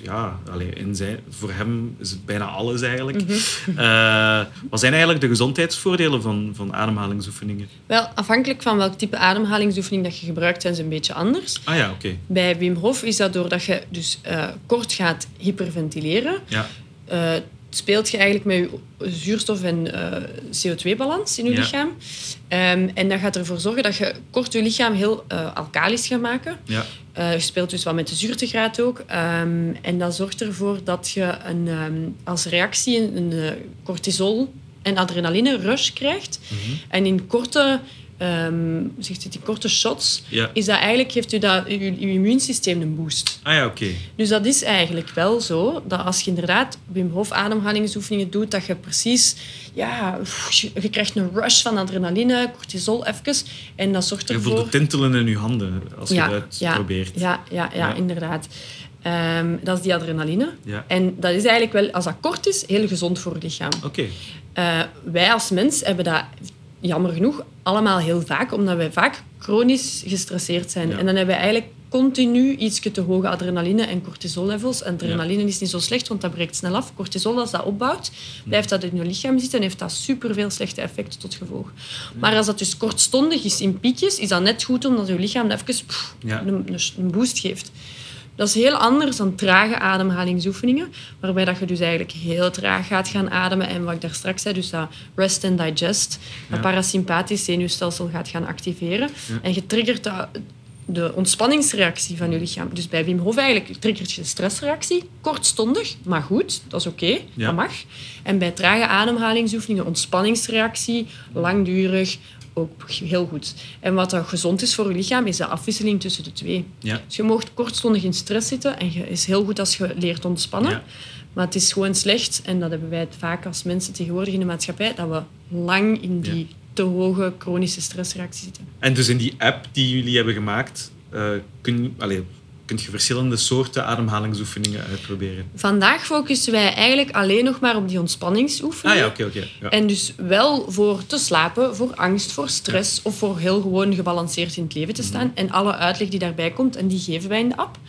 voor hem is het bijna alles eigenlijk. Mm-hmm. Wat zijn eigenlijk de gezondheidsvoordelen van ademhalingsoefeningen? Wel, afhankelijk van welk type ademhalingsoefening dat je gebruikt, zijn ze een beetje anders. Oké. Bij Wim Hof is dat doordat je dus kort gaat hyperventileren. Ja. Speelt je eigenlijk met je zuurstof- en CO2-balans in je lichaam. En dat gaat ervoor zorgen dat je kort je lichaam heel alkalisch gaat maken. Ja. Je speelt dus wat met de zuurtegraad ook. En dat zorgt ervoor dat je als reactie een cortisol- en adrenaline-rush krijgt. Mm-hmm. En in korte shots, is dat eigenlijk, geeft je immuunsysteem een boost. Oké. Dus dat is eigenlijk wel zo, dat als je inderdaad Wim Hof ademhalingsoefeningen doet, dat je precies, je krijgt een rush van adrenaline, cortisol even, en dat zorgt ervoor... Je voelt het tintelen in je handen als je het probeert. Ja, inderdaad. Dat is die adrenaline. Ja. En dat is eigenlijk wel, als dat kort is, heel gezond voor het lichaam. Oké. Wij als mens hebben dat... jammer genoeg, allemaal heel vaak, omdat wij vaak chronisch gestresseerd zijn. Ja. En dan hebben we eigenlijk continu iets te hoge adrenaline- en cortisol-levels. Adrenaline is niet zo slecht, want dat breekt snel af. Cortisol, als dat opbouwt, blijft dat in je lichaam zitten en heeft dat superveel slechte effecten tot gevolg. Maar als dat dus kortstondig is in piekjes, is dat net goed omdat je lichaam even een boost geeft. Dat is heel anders dan trage ademhalingsoefeningen, waarbij dat je dus eigenlijk heel traag gaat gaan ademen. En wat ik daar straks zei, dus dat rest and digest, dat parasympathisch zenuwstelsel gaat gaan activeren. Ja. En je triggert de ontspanningsreactie van je lichaam. Dus bij Wim Hof eigenlijk triggert je de stressreactie, kortstondig, maar goed, dat is oké, dat mag. En bij trage ademhalingsoefeningen, ontspanningsreactie, langdurig, ook heel goed. En wat dan gezond is voor je lichaam, is de afwisseling tussen de 2. Ja. Dus je mag kortstondig in stress zitten en het is heel goed als je leert ontspannen. Ja. Maar het is gewoon slecht, en dat hebben wij vaak als mensen tegenwoordig in de maatschappij, dat we lang in die te hoge chronische stressreactie zitten. En dus in die app die jullie hebben gemaakt, kun je verschillende soorten ademhalingsoefeningen uitproberen? Vandaag focussen wij eigenlijk alleen nog maar op die ontspanningsoefeningen. Oké. Ja. En dus wel voor te slapen, voor angst, voor stress of voor heel gewoon gebalanceerd in het leven te staan. En alle uitleg die daarbij komt, en die geven wij in de app.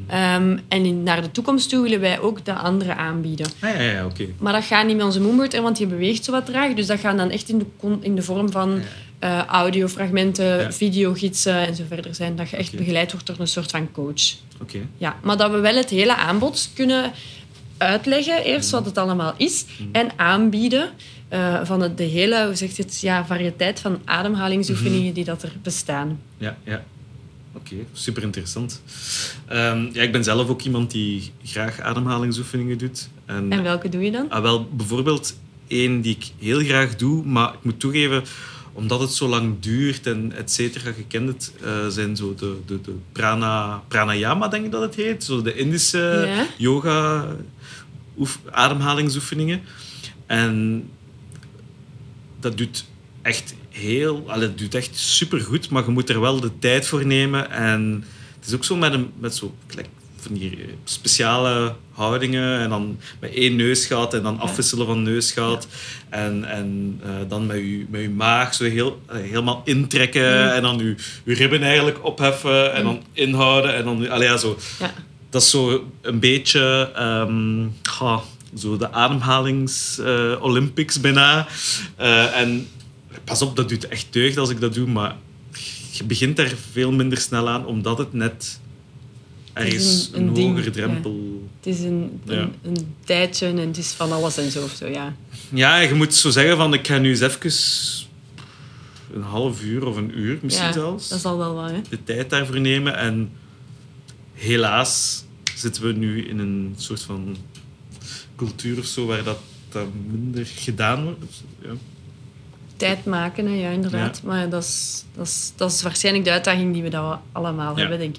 En naar de toekomst toe willen wij ook de andere aanbieden. Oké. Maar dat gaat niet met onze Moonbird, want die beweegt zo wat traag. Dus dat gaat dan echt in de vorm van audiofragmenten, videogidsen en zo verder zijn. Dat je echt begeleid wordt door een soort van coach. Oké. Ja, maar dat we wel het hele aanbod kunnen uitleggen, eerst wat het allemaal is, en aanbieden. van de hele, hoe zeg je het, variëteit van ademhalingsoefeningen die dat er bestaan. Ja. Oké, super interessant. Ik ben zelf ook iemand die graag ademhalingsoefeningen doet. En welke doe je dan? Wel, bijvoorbeeld één die ik heel graag doe, maar ik moet toegeven, omdat het zo lang duurt en et cetera, je kent het, zijn zo de pranayama, denk ik dat het heet. Zo de Indische yoga ademhalingsoefeningen. En dat doet echt supergoed, maar je moet er wel de tijd voor nemen. En het is ook zo met zo van die speciale houdingen en dan met 1 neusgat en dan afwisselen van neusgat en dan met je maag zo helemaal intrekken en dan je ribben eigenlijk opheffen en dan inhouden en dan zo. Ja. Dat is zo een beetje zo de ademhalings-Olympics bijna. En pas op, dat doet echt deugd als ik dat doe, maar je begint daar veel minder snel aan, omdat het net ergens een hogere drempel... Het is een tijdje en het is van alles en zo. Ja, je moet zo zeggen van, ik ga nu eens even een half uur of een uur misschien zelfs. Dat is al wel wat, hè? De tijd daarvoor nemen. En helaas zitten we nu in een soort van cultuur of zo waar dat minder gedaan wordt. Ja. Tijd maken, hè? Ja, inderdaad. Ja. Maar dat is waarschijnlijk de uitdaging die we dat allemaal hebben, denk ik.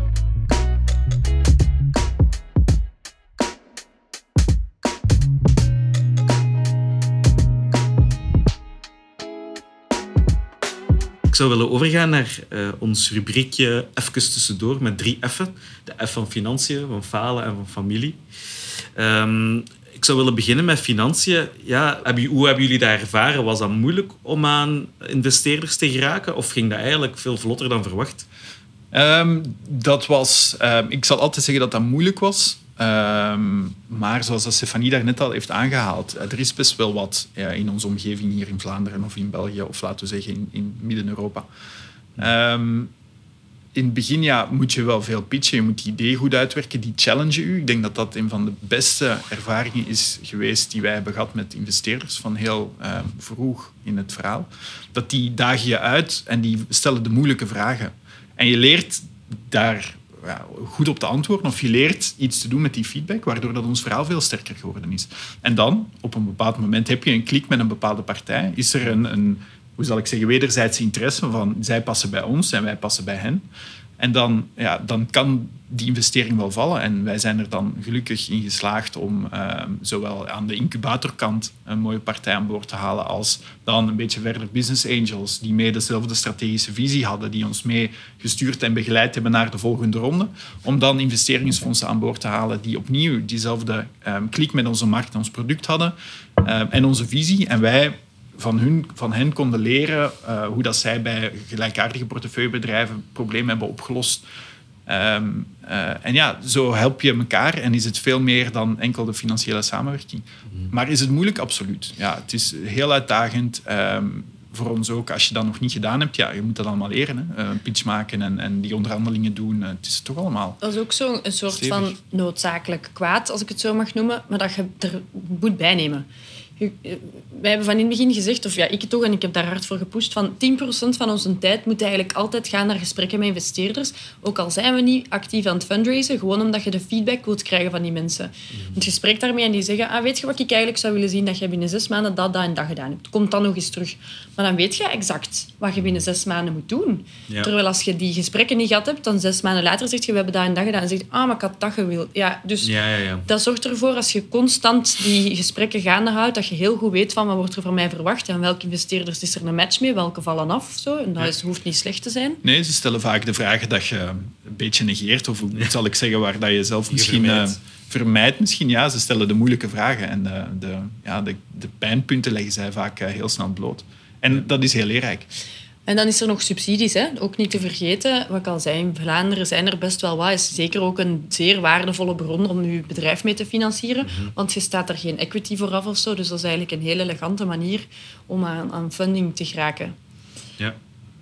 Ik zou willen overgaan naar ons rubriekje Even tussendoor met 3 F'en. De F van financiën, van falen en van familie. Ik zou willen beginnen met financiën. Ja, hoe hebben jullie dat ervaren? Was dat moeilijk om aan investeerders te geraken? Of ging dat eigenlijk veel vlotter dan verwacht? Dat was... ik zal altijd zeggen dat dat moeilijk was. Maar zoals Stefanie daarnet al heeft aangehaald, er is best wel wat in onze omgeving hier in Vlaanderen of in België, of laten we zeggen in Midden-Europa. In het begin moet je wel veel pitchen, je moet die idee goed uitwerken, die challengen u. Ik denk dat dat een van de beste ervaringen is geweest die wij hebben gehad met investeerders van heel vroeg in het verhaal. Dat die dagen je uit en die stellen de moeilijke vragen. En je leert daar goed op te antwoorden of je leert iets te doen met die feedback, waardoor dat ons verhaal veel sterker geworden is. En dan, op een bepaald moment, heb je een klik met een bepaalde partij. Is er een hoe zal ik zeggen, wederzijdse interesse van zij passen bij ons en wij passen bij hen. En dan kan die investering wel vallen. En wij zijn er dan gelukkig in geslaagd om zowel aan de incubatorkant een mooie partij aan boord te halen, als dan een beetje verder business angels die mee dezelfde strategische visie hadden, die ons mee gestuurd en begeleid hebben naar de volgende ronde. Om dan investeringsfondsen aan boord te halen die opnieuw diezelfde klik met onze markt en ons product hadden en onze visie. En wij van hen konden leren hoe dat zij bij gelijkaardige portefeuillebedrijven problemen hebben opgelost. Zo help je elkaar en is het veel meer dan enkel de financiële samenwerking. Maar is het moeilijk? Absoluut. Ja, het is heel uitdagend. Voor ons ook, als je dat nog niet gedaan hebt, je moet dat allemaal leren. Hè. Een pitch maken en die onderhandelingen doen. Het is toch allemaal dat is ook zo'n soort stevig van noodzakelijk kwaad, als ik het zo mag noemen, maar dat je er moet bijnemen. Wij hebben van in het begin gezegd, of ik toch, en ik heb daar hard voor gepusht, van 10% van onze tijd moet eigenlijk altijd gaan naar gesprekken met investeerders. Ook al zijn we niet actief aan het fundraisen, gewoon omdat je de feedback wilt krijgen van die mensen. Want je spreekt daarmee en die zeggen, weet je wat ik eigenlijk zou willen zien? Dat je binnen 6 maanden dat en dat gedaan hebt. Komt dan nog eens terug. Maar dan weet je exact wat je binnen 6 maanden moet doen. Ja. Terwijl als je die gesprekken niet gehad hebt, dan 6 maanden later zeg je, we hebben dat en dat gedaan. En zeg je, maar ik had dat gewild. Ja, dus dat zorgt ervoor, als je constant die gesprekken gaande houdt, dat je heel goed weet van wat wordt er van mij verwacht en welke investeerders is er een match mee, welke vallen af. Zo. En dat hoeft niet slecht te zijn. Nee, ze stellen vaak de vragen dat je een beetje negeert, of hoe zal ik zeggen, waar dat je zelf misschien vermijdt. Misschien, ze stellen de moeilijke vragen en de pijnpunten leggen zij vaak heel snel bloot. En dat is heel leerrijk. En dan is er nog subsidies, hè? Ook niet te vergeten. Wat ik al zei, in Vlaanderen zijn er best wel wat. Is zeker ook een zeer waardevolle bron om je bedrijf mee te financieren. Want je staat er geen equity vooraf of zo. Dus dat is eigenlijk een heel elegante manier om aan funding te geraken. Ja.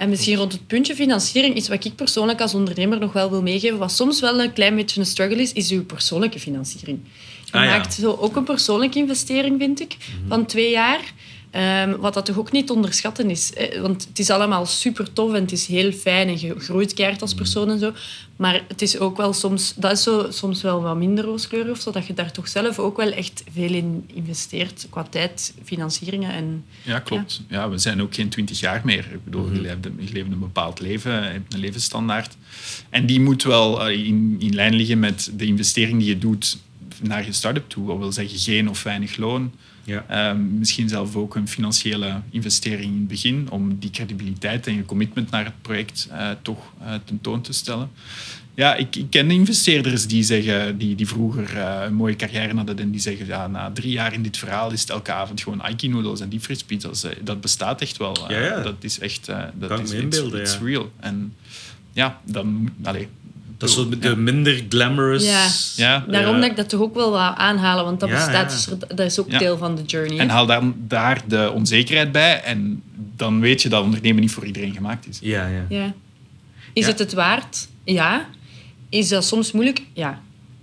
En misschien rond het puntje financiering, iets wat ik persoonlijk als ondernemer nog wel wil meegeven, wat soms wel een klein beetje een struggle is uw persoonlijke financiering. Je maakt zo ook een persoonlijke investering, vind ik, van 2 jaar. Wat dat toch ook niet onderschatten is. Want het is allemaal super tof en het is heel fijn en je groeit keihard als persoon en zo. Maar het is ook wel soms... Dat is soms wel wat minder rooskleurig of zo, dat je daar toch zelf ook wel echt veel in investeert. Qua tijd, financieringen en... Ja, klopt. Ja, we zijn ook geen 20 jaar meer. Ik bedoel, je leeft een bepaald leven, je hebt een levensstandaard. En die moet wel in lijn liggen met de investering die je doet naar je start-up toe. Dat wil zeggen geen of weinig loon. Ja. Misschien zelf ook een financiële investering in het begin om die credibiliteit en je commitment naar het project toch tentoon te stellen. Ja, ik ken investeerders die zeggen, die vroeger een mooie carrière hadden en die zeggen, ja, na 3 jaar in dit verhaal is het elke avond gewoon Aiki-noodles en diepvriespizza's. Dat bestaat echt wel. Dat is echt... dat is it's real. En ja, dan... Dat is zo de minder glamorous... Ja. Daarom dat ik dat toch ook wel wou aanhalen, want dat bestaat. Dus dat is ook deel van de journey. En haal dan daar de onzekerheid bij en dan weet je dat ondernemen niet voor iedereen gemaakt is. Ja. Is het waard? Ja. Is dat soms moeilijk? Ja.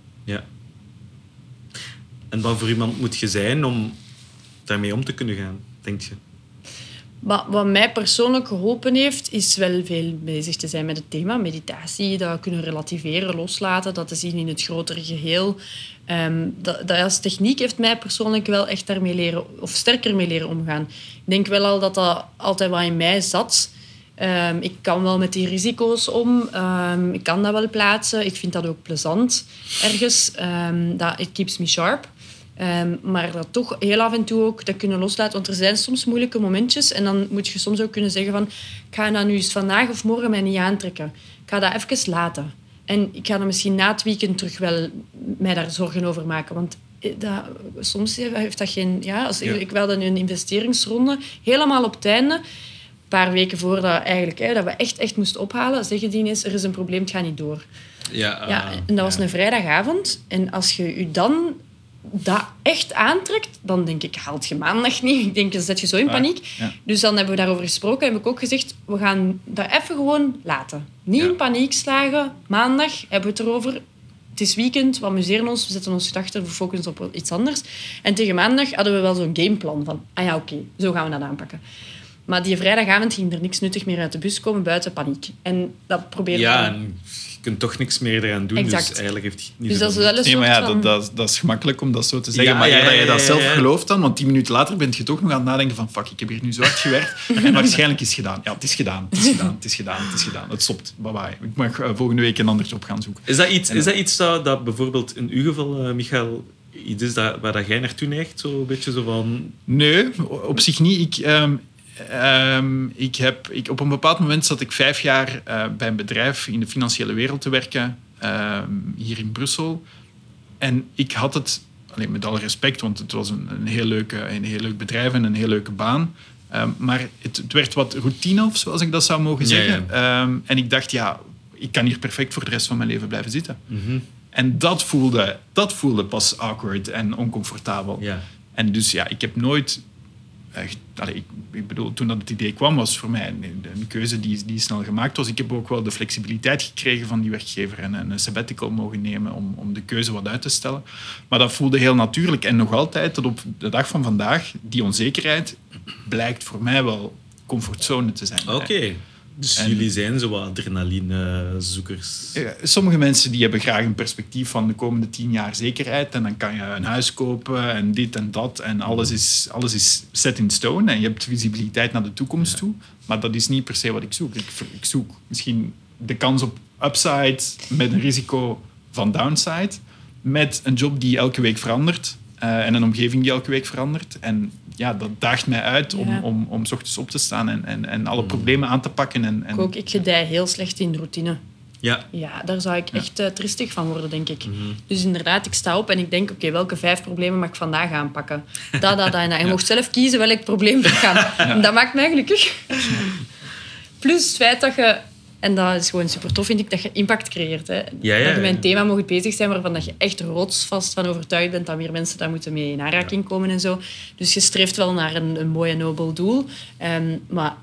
En wat voor iemand moet je zijn om daarmee om te kunnen gaan, denk je? Maar wat mij persoonlijk geholpen heeft, is wel veel bezig te zijn met het thema meditatie. Dat kunnen relativeren, loslaten, dat te zien in het grotere geheel. Dat als techniek heeft mij persoonlijk wel echt daarmee sterker mee leren omgaan. Ik denk wel al dat dat altijd wat in mij zat. Ik kan wel met die risico's om. Ik kan dat wel plaatsen. Ik vind dat ook plezant ergens. It keeps me sharp. Maar dat toch heel af en toe ook dat kunnen loslaten. Want er zijn soms moeilijke momentjes. En dan moet je soms ook kunnen zeggen van... Ik ga dat nu eens vandaag of morgen mij niet aantrekken. Ik ga dat even laten. En ik ga dan misschien na het weekend terug wel mij daar zorgen over maken. Want soms heeft dat geen... Ja, ik wil dan een investeringsronde helemaal op het einde... Een paar weken voordat eigenlijk, dat we echt moesten ophalen, zeggen die ineens, er is een probleem, het gaat niet door. En dat was een vrijdagavond. En als je je dan dat echt aantrekt, dan denk ik, haalt je maandag niet. Ik denk, dan zet je zo in paniek. Ja. Dus dan hebben we daarover gesproken en heb ik ook gezegd, we gaan dat even gewoon laten. Niet in paniek slagen. Maandag hebben we het erover. Het is weekend, we amuseren ons, we zetten ons gedachten, we focussen op iets anders. En tegen maandag hadden we wel zo'n gameplan van, oké, zo gaan we dat aanpakken. Maar die vrijdagavond ging er niks nuttig meer uit de bus komen, buiten paniek. En dat probeerde ik... en je kunt toch niks meer eraan doen, exact. Dus eigenlijk heeft het niet dus dat is wel een soort van... dat is gemakkelijk om dat zo te zeggen. Maar dat je dat zelf gelooft dan, want 10 minuten later ben je toch nog aan het nadenken van fuck, ik heb hier nu zo hard gewerkt. En waarschijnlijk is het gedaan. Ja, het is gedaan. Het stopt. Bye-bye. Ik mag volgende week een ander job gaan zoeken. Is dat iets dat bijvoorbeeld in uw geval, Michael, iets is waar dat jij naartoe neigt? Zo een beetje zo van... Nee, op zich niet. Op een bepaald moment zat ik 5 jaar bij een bedrijf in de financiële wereld te werken, hier in Brussel. En ik had het, met alle respect, want het was een heel leuk bedrijf en een heel leuke baan. Maar het werd wat routine, of zoals ik dat zou mogen zeggen. En ik dacht, ik kan hier perfect voor de rest van mijn leven blijven zitten. Mm-hmm. En dat voelde pas awkward en oncomfortabel. Ja. En dus ik heb nooit... Ik bedoel, toen dat het idee kwam, was voor mij een keuze die snel gemaakt was. Ik heb ook wel de flexibiliteit gekregen van die werkgever en een sabbatical mogen nemen om de keuze wat uit te stellen. Maar dat voelde heel natuurlijk. En nog altijd, tot op de dag van vandaag, die onzekerheid blijkt voor mij wel comfortzone te zijn. Oké. Dus jullie zijn zo wat adrenalinezoekers. Sommige mensen die hebben graag een perspectief van de komende 10 jaar zekerheid. En dan kan je een huis kopen en dit en dat. En alles is set in stone. En je hebt visibiliteit naar de toekomst toe. Maar dat is niet per se wat ik zoek. Ik zoek misschien de kans op upside met een risico van downside. Met een job die elke week verandert. En een omgeving die elke week verandert. En dat daagt mij uit om 's ochtends op te staan en alle problemen aan te pakken. Ik gedij heel slecht in routine. Ja, daar zou ik echt tristig van worden, denk ik. Mm-hmm. Dus inderdaad, ik sta op en ik denk, welke 5 problemen mag ik vandaag aanpakken? Dat. En je mocht zelf kiezen welk probleem er gaan. En dat maakt mij gelukkig. Plus het feit dat je... En dat is gewoon super tof, vind ik, dat je impact creëert. Hè. Dat je met een thema mag bezig zijn waarvan dat je echt rotsvast van overtuigd bent dat meer mensen daar moeten mee in aanraking komen en zo. Dus je streeft wel naar een mooi en nobel doel. Maar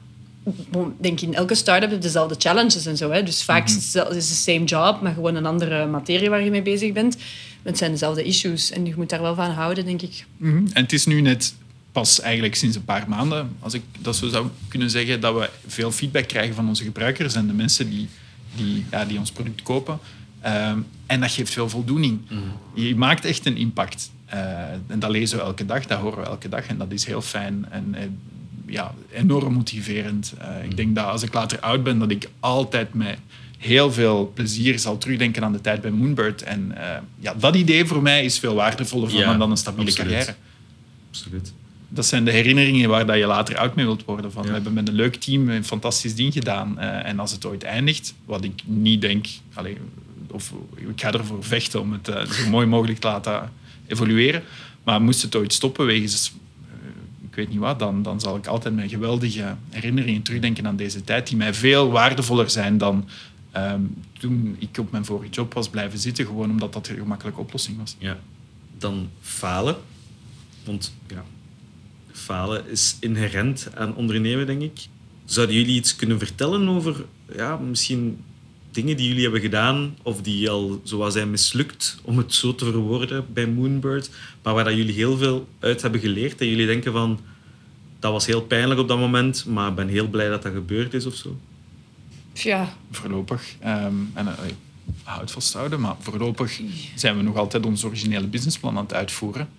denk in elke start-up heb je dezelfde challenges en zo. Hè. Dus vaak is het de same job, maar gewoon een andere materie waar je mee bezig bent. Het zijn dezelfde issues en je moet daar wel van houden, denk ik. En het is nu net pas eigenlijk sinds een paar maanden, als ik dat zo zou kunnen zeggen, dat we veel feedback krijgen van onze gebruikers en de mensen die ons product kopen. En dat geeft veel voldoening. Je maakt echt een impact. En dat lezen we elke dag, dat horen we elke dag. En dat is heel fijn en enorm motiverend. Ik denk dat als ik later oud ben, dat ik altijd met heel veel plezier zal terugdenken aan de tijd bij Moonbird. En dat idee voor mij is veel waardevoller dan een stabiele carrière. Absoluut. Dat zijn de herinneringen waar dat je later oud mee wilt worden. We hebben met een leuk team een fantastisch ding gedaan. En als het ooit eindigt, wat ik niet denk... of ik ga ervoor vechten om het zo mooi mogelijk te laten evolueren. Maar moest het ooit stoppen wegens... ik weet niet wat, dan zal ik altijd met geweldige herinneringen terugdenken aan deze tijd, die mij veel waardevoller zijn dan toen ik op mijn vorige job was blijven zitten, gewoon omdat dat een gemakkelijke oplossing was. Ja. Dan falen. Want falen is inherent aan ondernemen, denk ik. Zouden jullie iets kunnen vertellen over misschien dingen die jullie hebben gedaan of die al zo zijn mislukt, om het zo te verwoorden, bij Moonbird, maar waar dat jullie heel veel uit hebben geleerd en jullie denken van, dat was heel pijnlijk op dat moment, maar ik ben heel blij dat dat gebeurd is of zo? Ja. Voorlopig. Houd vasthouden, maar voorlopig zijn we nog altijd ons originele businessplan aan het uitvoeren.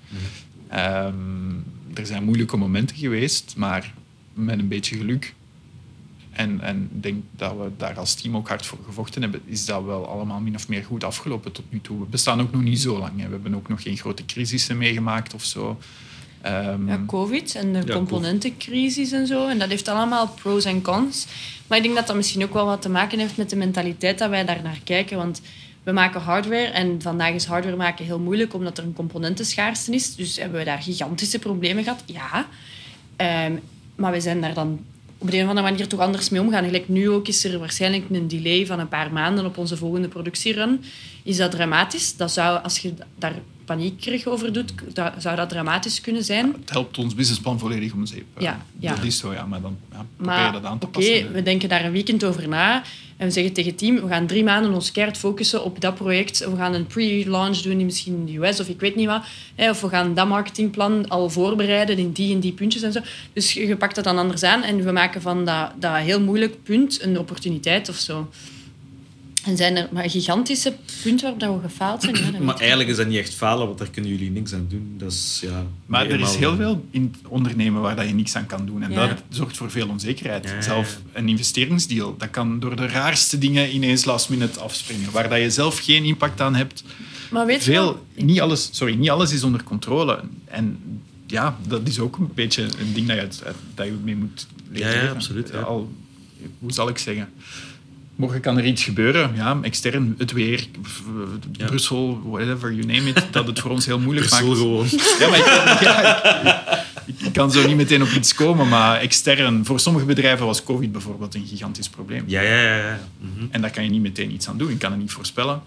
Er zijn moeilijke momenten geweest, maar met een beetje geluk. En ik denk dat we daar als team ook hard voor gevochten hebben, is dat wel allemaal min of meer goed afgelopen tot nu toe. We bestaan ook nog niet zo lang. Hè. We hebben ook nog geen grote crisissen meegemaakt of zo. COVID en de componentencrisis en zo. En dat heeft allemaal pros en cons. Maar ik denk dat dat misschien ook wel wat te maken heeft met de mentaliteit dat wij daar naar kijken. Want we maken hardware en vandaag is hardware maken heel moeilijk omdat er een componentenschaarste is. Dus hebben we daar gigantische problemen gehad? Ja. Maar we zijn daar dan op de een of andere manier toch anders mee omgaan. Gelijk nu ook is er waarschijnlijk een delay van een paar maanden op onze volgende productierun. Is dat dramatisch? Dat zou, als je daar paniekerig over doet, zou dat dramatisch kunnen zijn. Ja, het helpt ons businessplan volledig om zeep. Ja. Dat is zo, maar dan probeer je dat aan te passen. Oké, we denken daar een weekend over na en we zeggen tegen het team, we gaan 3 maanden ons keihard focussen op dat project. We gaan een pre-launch doen, misschien in de US of ik weet niet wat. Of we gaan dat marketingplan al voorbereiden in die en die puntjes en zo. Dus je pakt dat dan anders aan en we maken van dat heel moeilijk punt een opportuniteit of zo. En zijn er maar gigantische punten waarop we gefaald zijn? Ja, maar eigenlijk is dat niet echt falen, want daar kunnen jullie niks aan doen. Dat is, maar er is heel veel in het ondernemen waar je niks aan kan doen. En dat zorgt voor veel onzekerheid. Ja. Zelf een investeringsdeal, dat kan door de raarste dingen ineens last minute afspringen. Waar dat je zelf geen impact aan hebt. Maar weet je niet alles is onder controle. En dat is ook een beetje een ding dat je mee moet leren. Ja, absoluut. Ja. Hoe zal ik zeggen? Morgen kan er iets gebeuren, extern, het weer, Brussel, whatever, you name it, dat het voor ons heel moeilijk maakt. Brussel gewoon. Ja, maar ik kan zo niet meteen op iets komen, maar extern, voor sommige bedrijven was COVID bijvoorbeeld een gigantisch probleem. Ja. Mm-hmm. En daar kan je niet meteen iets aan doen, je kan het niet voorspellen.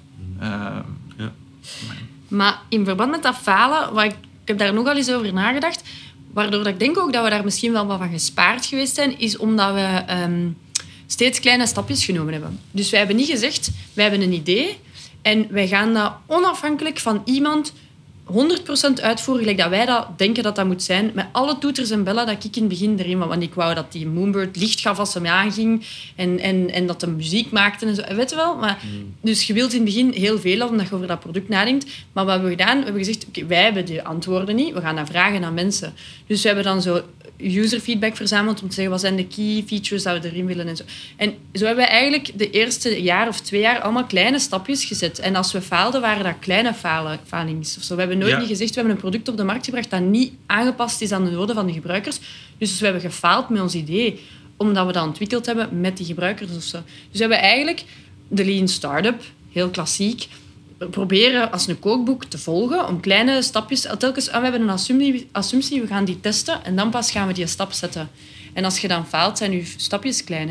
Maar in verband met dat falen, ik heb daar nogal eens over nagedacht, waardoor dat ik denk ook dat we daar misschien wel wat van gespaard geweest zijn, is omdat we steeds kleine stapjes genomen hebben. Dus wij hebben niet gezegd, wij hebben een idee en wij gaan dat onafhankelijk van iemand 100% uitvoeren, gelijk dat wij dat denken dat dat moet zijn, met alle toeters en bellen dat ik in het begin erin was. Want ik wou dat die Moonbird licht gaf als ze mij aanging en dat de muziek maakte en zo. Weet je wel? Maar, dus je wilt in het begin heel veel omdat je over dat product nadenkt. Maar wat hebben we gedaan? We hebben gezegd, oké, wij hebben de antwoorden niet, we gaan dat vragen aan mensen. Dus we hebben dan zo user-feedback verzameld om te zeggen wat zijn de key features dat we erin willen en zo. En zo hebben we eigenlijk de eerste jaar of 2 jaar allemaal kleine stapjes gezet. En als we faalden, waren dat kleine falings of zo. We hebben nooit niet gezegd, we hebben een product op de markt gebracht dat niet aangepast is aan de noden van de gebruikers. Dus we hebben gefaald met ons idee, omdat we dat ontwikkeld hebben met die gebruikers of zo. Dus we hebben eigenlijk de Lean Startup, heel klassiek, proberen als een kookboek te volgen om kleine stapjes... Telkens, we hebben een assumptie, we gaan die testen en dan pas gaan we die stap zetten. En als je dan faalt, zijn je stapjes kleiner ook.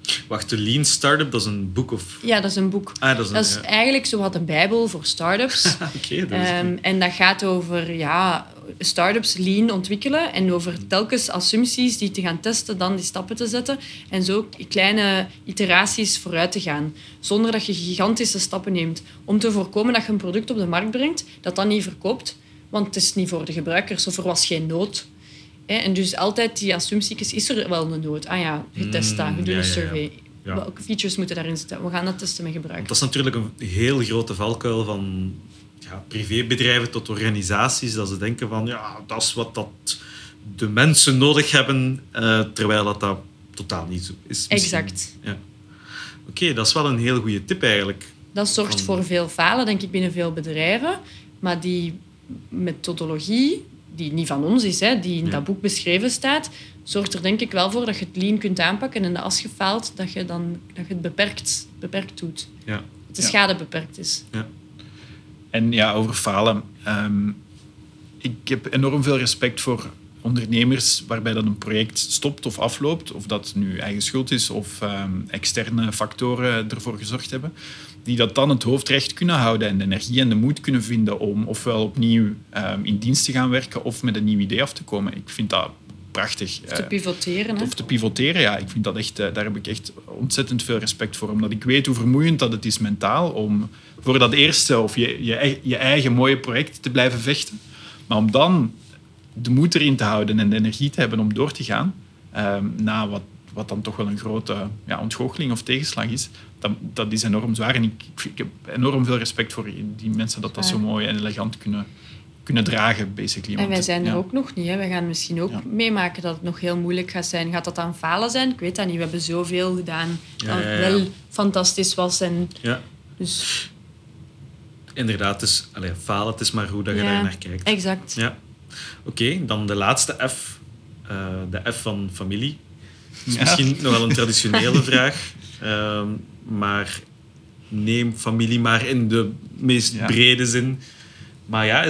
Wacht, de Lean Startup, dat is een boek of... Ja, dat is een boek. Dat is eigenlijk zowat een bijbel voor startups. Oké, dat is goed. En dat gaat over startups lean ontwikkelen en over telkens assumpties die te gaan testen, dan die stappen te zetten en zo kleine iteraties vooruit te gaan, zonder dat je gigantische stappen neemt, om te voorkomen dat je een product op de markt brengt dat dan niet verkoopt, want het is niet voor de gebruikers of er was geen nood. En dus altijd die assumpties, is er wel een nood? Getest dat, we doen een survey. Ja. Welke features moeten daarin zitten? We gaan dat testen met gebruikers. Dat is natuurlijk een heel grote valkuil van privébedrijven tot organisaties, dat ze denken van dat is wat dat de mensen nodig hebben, terwijl dat totaal niet zo is. Exact. Ja. Oké, dat is wel een heel goede tip eigenlijk. Dat zorgt voor veel falen, denk ik, binnen veel bedrijven. Maar die methodologie, die niet van ons is, die in dat boek beschreven staat, zorgt er denk ik wel voor dat je het lean kunt aanpakken en als je faalt, dat je het beperkt doet. Ja. Dat de schade beperkt is. Ja. En over falen. Ik heb enorm veel respect voor ondernemers waarbij dat een project stopt of afloopt, of dat nu eigen schuld is of externe factoren ervoor gezorgd hebben, die dat dan het hoofd recht kunnen houden en de energie en de moed kunnen vinden om ofwel opnieuw in dienst te gaan werken of met een nieuw idee af te komen. Ik vind dat prachtig. Of te pivoteren. Of te pivoteren, ja. Ik vind dat echt, daar heb ik echt ontzettend veel respect voor. Omdat ik weet hoe vermoeiend dat het is mentaal om voor dat eerste of je eigen mooie project te blijven vechten. Maar om dan de moed erin te houden en de energie te hebben om door te gaan, na wat dan toch wel een grote ontgoocheling of tegenslag is, dat is enorm zwaar. En ik heb enorm veel respect voor die mensen dat zo mooi en elegant kunnen dragen, basically. En wij zijn er ook nog niet. Hè. Wij gaan misschien ook meemaken dat het nog heel moeilijk gaat zijn. Gaat dat dan falen zijn? Ik weet dat niet. We hebben zoveel gedaan dat wel fantastisch was. En dus... Inderdaad, dus, falen, het is maar hoe dat je daar naar kijkt. Exact. Ja. Oké, dan de laatste F. De F van familie. Dat is misschien nog wel een traditionele vraag. Maar neem familie maar in de meest brede zin. Maar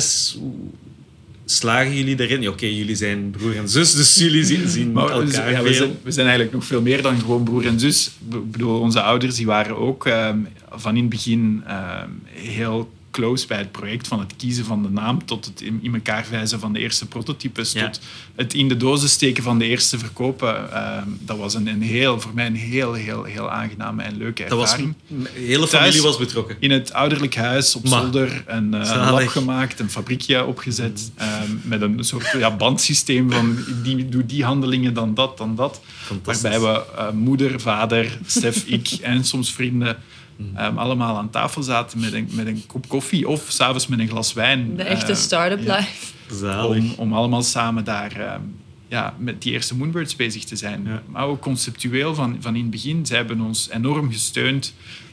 slagen jullie daarin? Oké, jullie zijn broer en zus, dus jullie zien elkaar veel. We zijn eigenlijk nog veel meer dan gewoon broer en zus. Ik bedoel, onze ouders die waren ook van in het begin heel close bij het project, van het kiezen van de naam tot het in elkaar vijzen van de eerste prototypes, tot het in de dozen steken van de eerste verkopen. Dat was voor mij een heel aangename en leuke ervaring. De hele familie was betrokken. In het ouderlijk huis op zolder een lab gemaakt, een fabriekje opgezet, met een soort bandsysteem van doe die handelingen, dan dat. Waarbij we moeder, vader, Stef, ik en soms vrienden allemaal aan tafel zaten met een kop koffie of 's avonds met een glas wijn. De echte start-up life. Om allemaal samen daar met die eerste Moonbirds bezig te zijn. Ja. Maar ook conceptueel van in het begin. Zij hebben ons enorm gesteund.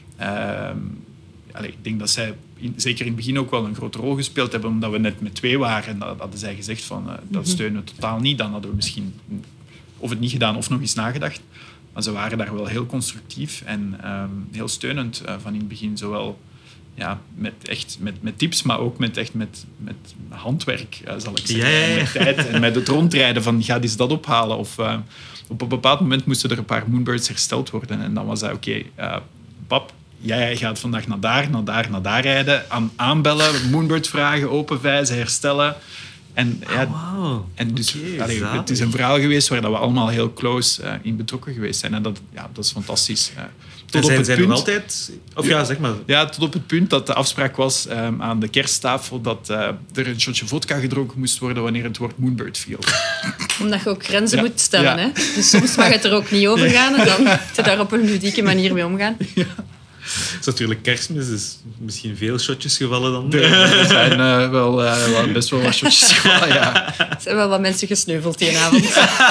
Ik denk dat zij zeker in het begin ook wel een grote rol gespeeld hebben, omdat we net met 2 waren. En dat hadden zij gezegd van dat steunen we totaal niet. Dan hadden we misschien of het niet gedaan of nog eens nagedacht. Maar ze waren daar wel heel constructief en heel steunend van in het begin. Zowel met tips, maar ook met handwerk, zal ik zeggen. Ja. Met tijd en met het rondrijden van ga eens dat ophalen. Of op een bepaald moment moesten er een paar Moonbirds hersteld worden. En dan was dat pap, jij gaat vandaag naar daar rijden. Aanbellen, Moonbird vragen, openvijzen, herstellen. En, en dus het is een verhaal geweest waar we allemaal heel close in betrokken geweest zijn. En dat is fantastisch. Tot op het punt, nog altijd... zeg maar. Ja, tot op het punt dat de afspraak was aan de kersttafel dat er een shotje vodka gedronken moest worden wanneer het woord Moonbird viel. Omdat je ook grenzen moet stellen. Hè? Dus soms mag het er ook niet over gaan en dan moet je daar op een ludieke manier mee omgaan. Ja. Het is natuurlijk Kerstmis, dus misschien veel shotjes gevallen dan. Er zijn best wel wat shotjes gevallen, ja. Er zijn wel wat mensen gesneuveld die avond.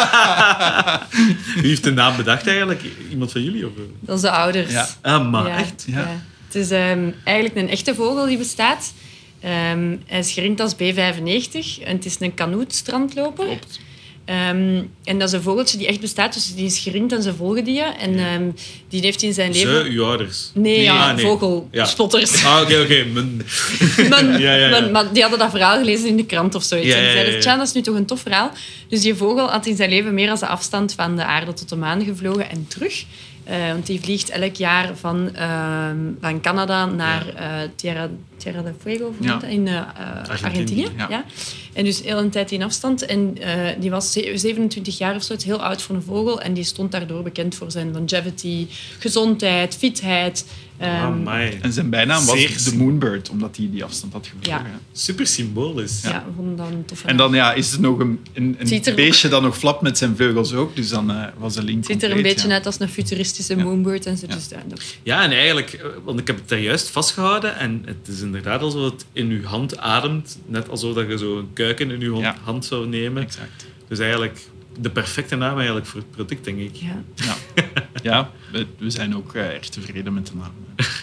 Wie heeft de naam bedacht eigenlijk? Iemand van jullie? Of? Dat is de ouders. Ja. Maar echt? Ja. Het is eigenlijk een echte vogel die bestaat. Hij is geringd als B95 en het is een kanoetstrandloper. Klopt. En dat is een vogeltje die echt bestaat, dus die is geringd en ze volgen die. En die heeft in zijn leven... Uw ouders? Nee, vogelspotters. Oké. Maar die hadden dat verhaal gelezen in de krant of zoiets. En die zeiden, tja, dat is nu toch een tof verhaal. Dus die vogel had in zijn leven meer dan de afstand van de aarde tot de maan gevlogen en terug. Want die vliegt elk jaar van Canada naar Tierra del Fuego in Argentinië. Ja. En dus heel een tijd in afstand. En die was 27 jaar of zo, het is heel oud voor een vogel. En die stond daardoor bekend voor zijn longevity, gezondheid, fitheid. En zijn bijnaam was de Moonbird, omdat hij die afstand had gevlogen. Ja. Super symbolisch. Ja, we vonden dat een toffe En dan is er nog een beestje dat nog flapt met zijn vleugels ook. Dus dan was de link Het ziet er een beetje uit als een futuristische Moonbird. En zo, dus ja, en eigenlijk, want ik heb het daar juist vastgehouden. En het is inderdaad alsof het in je hand ademt. Net alsof dat je zo een kuiken in je hand zou nemen. Exact. Dus eigenlijk de perfecte naam eigenlijk voor het product, denk ik. Ja, we zijn ook erg tevreden met de naam.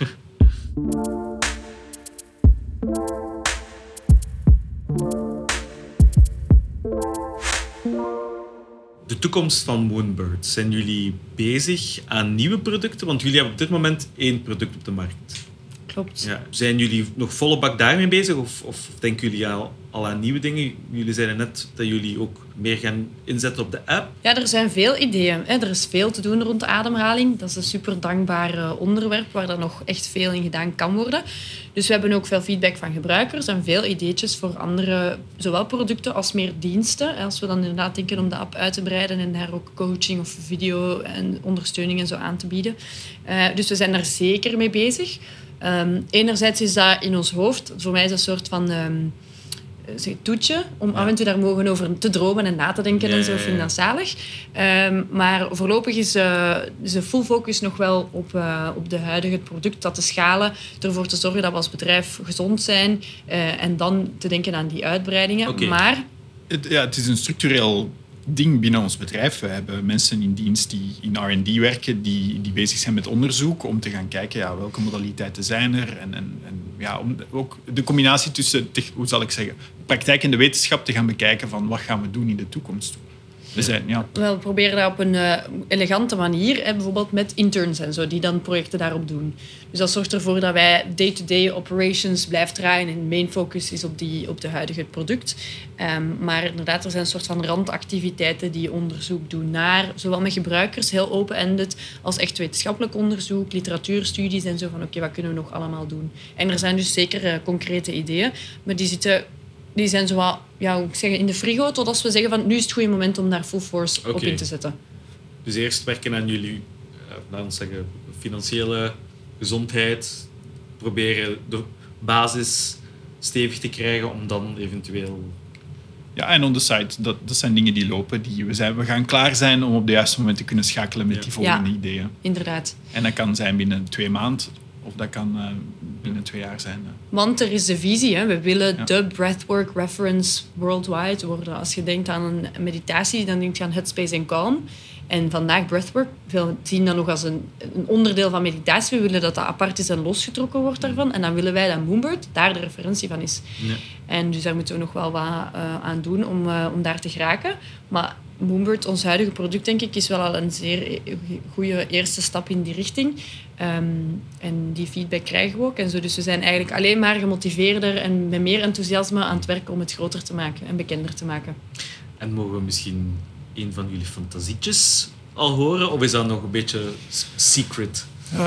De toekomst van Moonbird. Zijn jullie bezig aan nieuwe producten? Want jullie hebben op dit moment 1 product op de markt. Klopt. Ja. Zijn jullie nog volle bak daarmee bezig? Of denken jullie al aan nieuwe dingen? Jullie zeiden net dat jullie ook meer gaan inzetten op de app. Ja, er zijn veel ideeën. Er is veel te doen rond de ademhaling. Dat is een super dankbaar onderwerp waar er nog echt veel in gedaan kan worden. Dus we hebben ook veel feedback van gebruikers en veel ideetjes voor andere, zowel producten als meer diensten. Als we dan inderdaad denken om de app uit te breiden en daar ook coaching of video en ondersteuning en zo aan te bieden. Dus we zijn daar zeker mee bezig. Enerzijds is dat in ons hoofd. Voor mij is dat een soort van toetje om af en toe daar mogen over te dromen en na te denken en zo. Vind ik dat zalig. Maar voorlopig is de full focus nog wel op de huidige product, dat te schalen, ervoor te zorgen dat we als bedrijf gezond zijn en dan te denken aan die uitbreidingen. Okay. Maar het is een structureel ding binnen ons bedrijf. We hebben mensen in dienst die in R&D werken, die bezig zijn met onderzoek om te gaan kijken welke modaliteiten zijn er. En om ook de combinatie tussen, hoe zal ik zeggen, praktijk en de wetenschap te gaan bekijken van wat gaan we doen in de toekomst. We proberen dat op een elegante manier, bijvoorbeeld met interns en zo, die dan projecten daarop doen. Dus dat zorgt ervoor dat wij day-to-day operations blijven draaien en main focus is op de huidige product. Maar inderdaad, er zijn een soort van randactiviteiten die onderzoek doen naar, zowel met gebruikers, heel open-ended, als echt wetenschappelijk onderzoek, literatuurstudies en zo van wat kunnen we nog allemaal doen. En er zijn dus zeker concrete ideeën, maar die zijn zo wat, in de frigo, tot als we zeggen van nu is het goede moment om daar full force op in te zetten. Dus eerst werken aan jullie, laten we zeggen, financiële gezondheid, proberen de basis stevig te krijgen om dan eventueel... Ja, en on the side, dat zijn dingen die lopen. We gaan klaar zijn om op de juiste moment te kunnen schakelen met die volgende ideeën. Inderdaad. En dat kan zijn binnen 2 maanden. Of dat kan binnen 2 jaar zijn. Want er is de visie. We willen de breathwork reference worldwide worden. Als je denkt aan een meditatie, dan denk je aan Headspace en Calm. En vandaag breathwork, we zien dat nog als een onderdeel van meditatie. We willen dat dat apart is en losgetrokken wordt daarvan. En dan willen wij dat Moonbird daar de referentie van is. Ja. En dus daar moeten we nog wel wat aan doen om daar te geraken. Maar Moonbird, ons huidige product, denk ik, is wel al een zeer goede eerste stap in die richting. En die feedback krijgen we ook. En zo. Dus we zijn eigenlijk alleen maar gemotiveerder en met meer enthousiasme aan het werken om het groter te maken en bekender te maken. En mogen we misschien een van jullie fantasietjes al horen? Of is dat nog een beetje secret?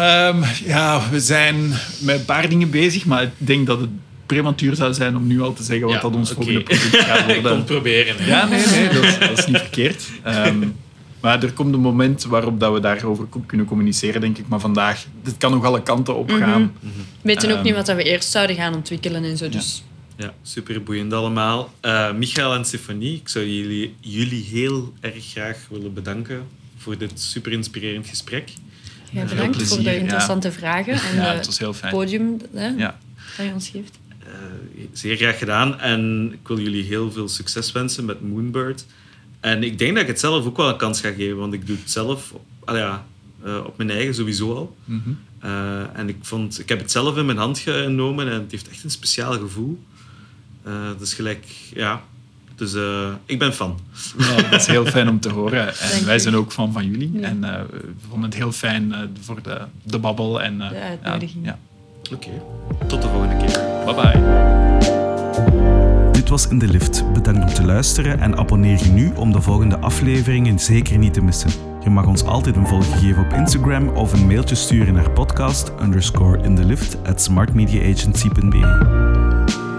We zijn met een paar dingen bezig, maar ik denk dat het prematuur zou zijn om nu al te zeggen wat dat ons volgende product gaat worden. Ik kon het proberen. Hè? Ja, nee, dat is niet verkeerd. Maar er komt een moment waarop dat we daarover kunnen communiceren, denk ik. Maar vandaag, dit kan nog alle kanten op gaan. We weten ook niet wat we eerst zouden gaan ontwikkelen en zo. Dus. Ja, super boeiend allemaal. Michael en Stefanie, ik zou jullie heel erg graag willen bedanken voor dit super inspirerend gesprek. Ja, bedankt voor de interessante vragen en het was heel fijn. Podium dat je ons geeft. Zeer graag gedaan en ik wil jullie heel veel succes wensen met Moonbird. En ik denk dat ik het zelf ook wel een kans ga geven, want ik doe het zelf op mijn eigen sowieso al. Mm-hmm. En ik heb het zelf in mijn hand genomen en het heeft echt een speciaal gevoel. Dus gelijk, Dus ik ben fan. Nou, dat is heel fijn om te horen. En wij zijn ook fan van jullie. Ja. En we vonden het heel fijn voor de babbel. En, de uitnodiging. Oké. Tot de volgende keer. Bye bye. Dit was In de Lift. Bedankt om te luisteren en abonneer je nu om de volgende afleveringen zeker niet te missen. Je mag ons altijd een volg geven op Instagram of een mailtje sturen naar podcast_indelift@smartmediaagency.be.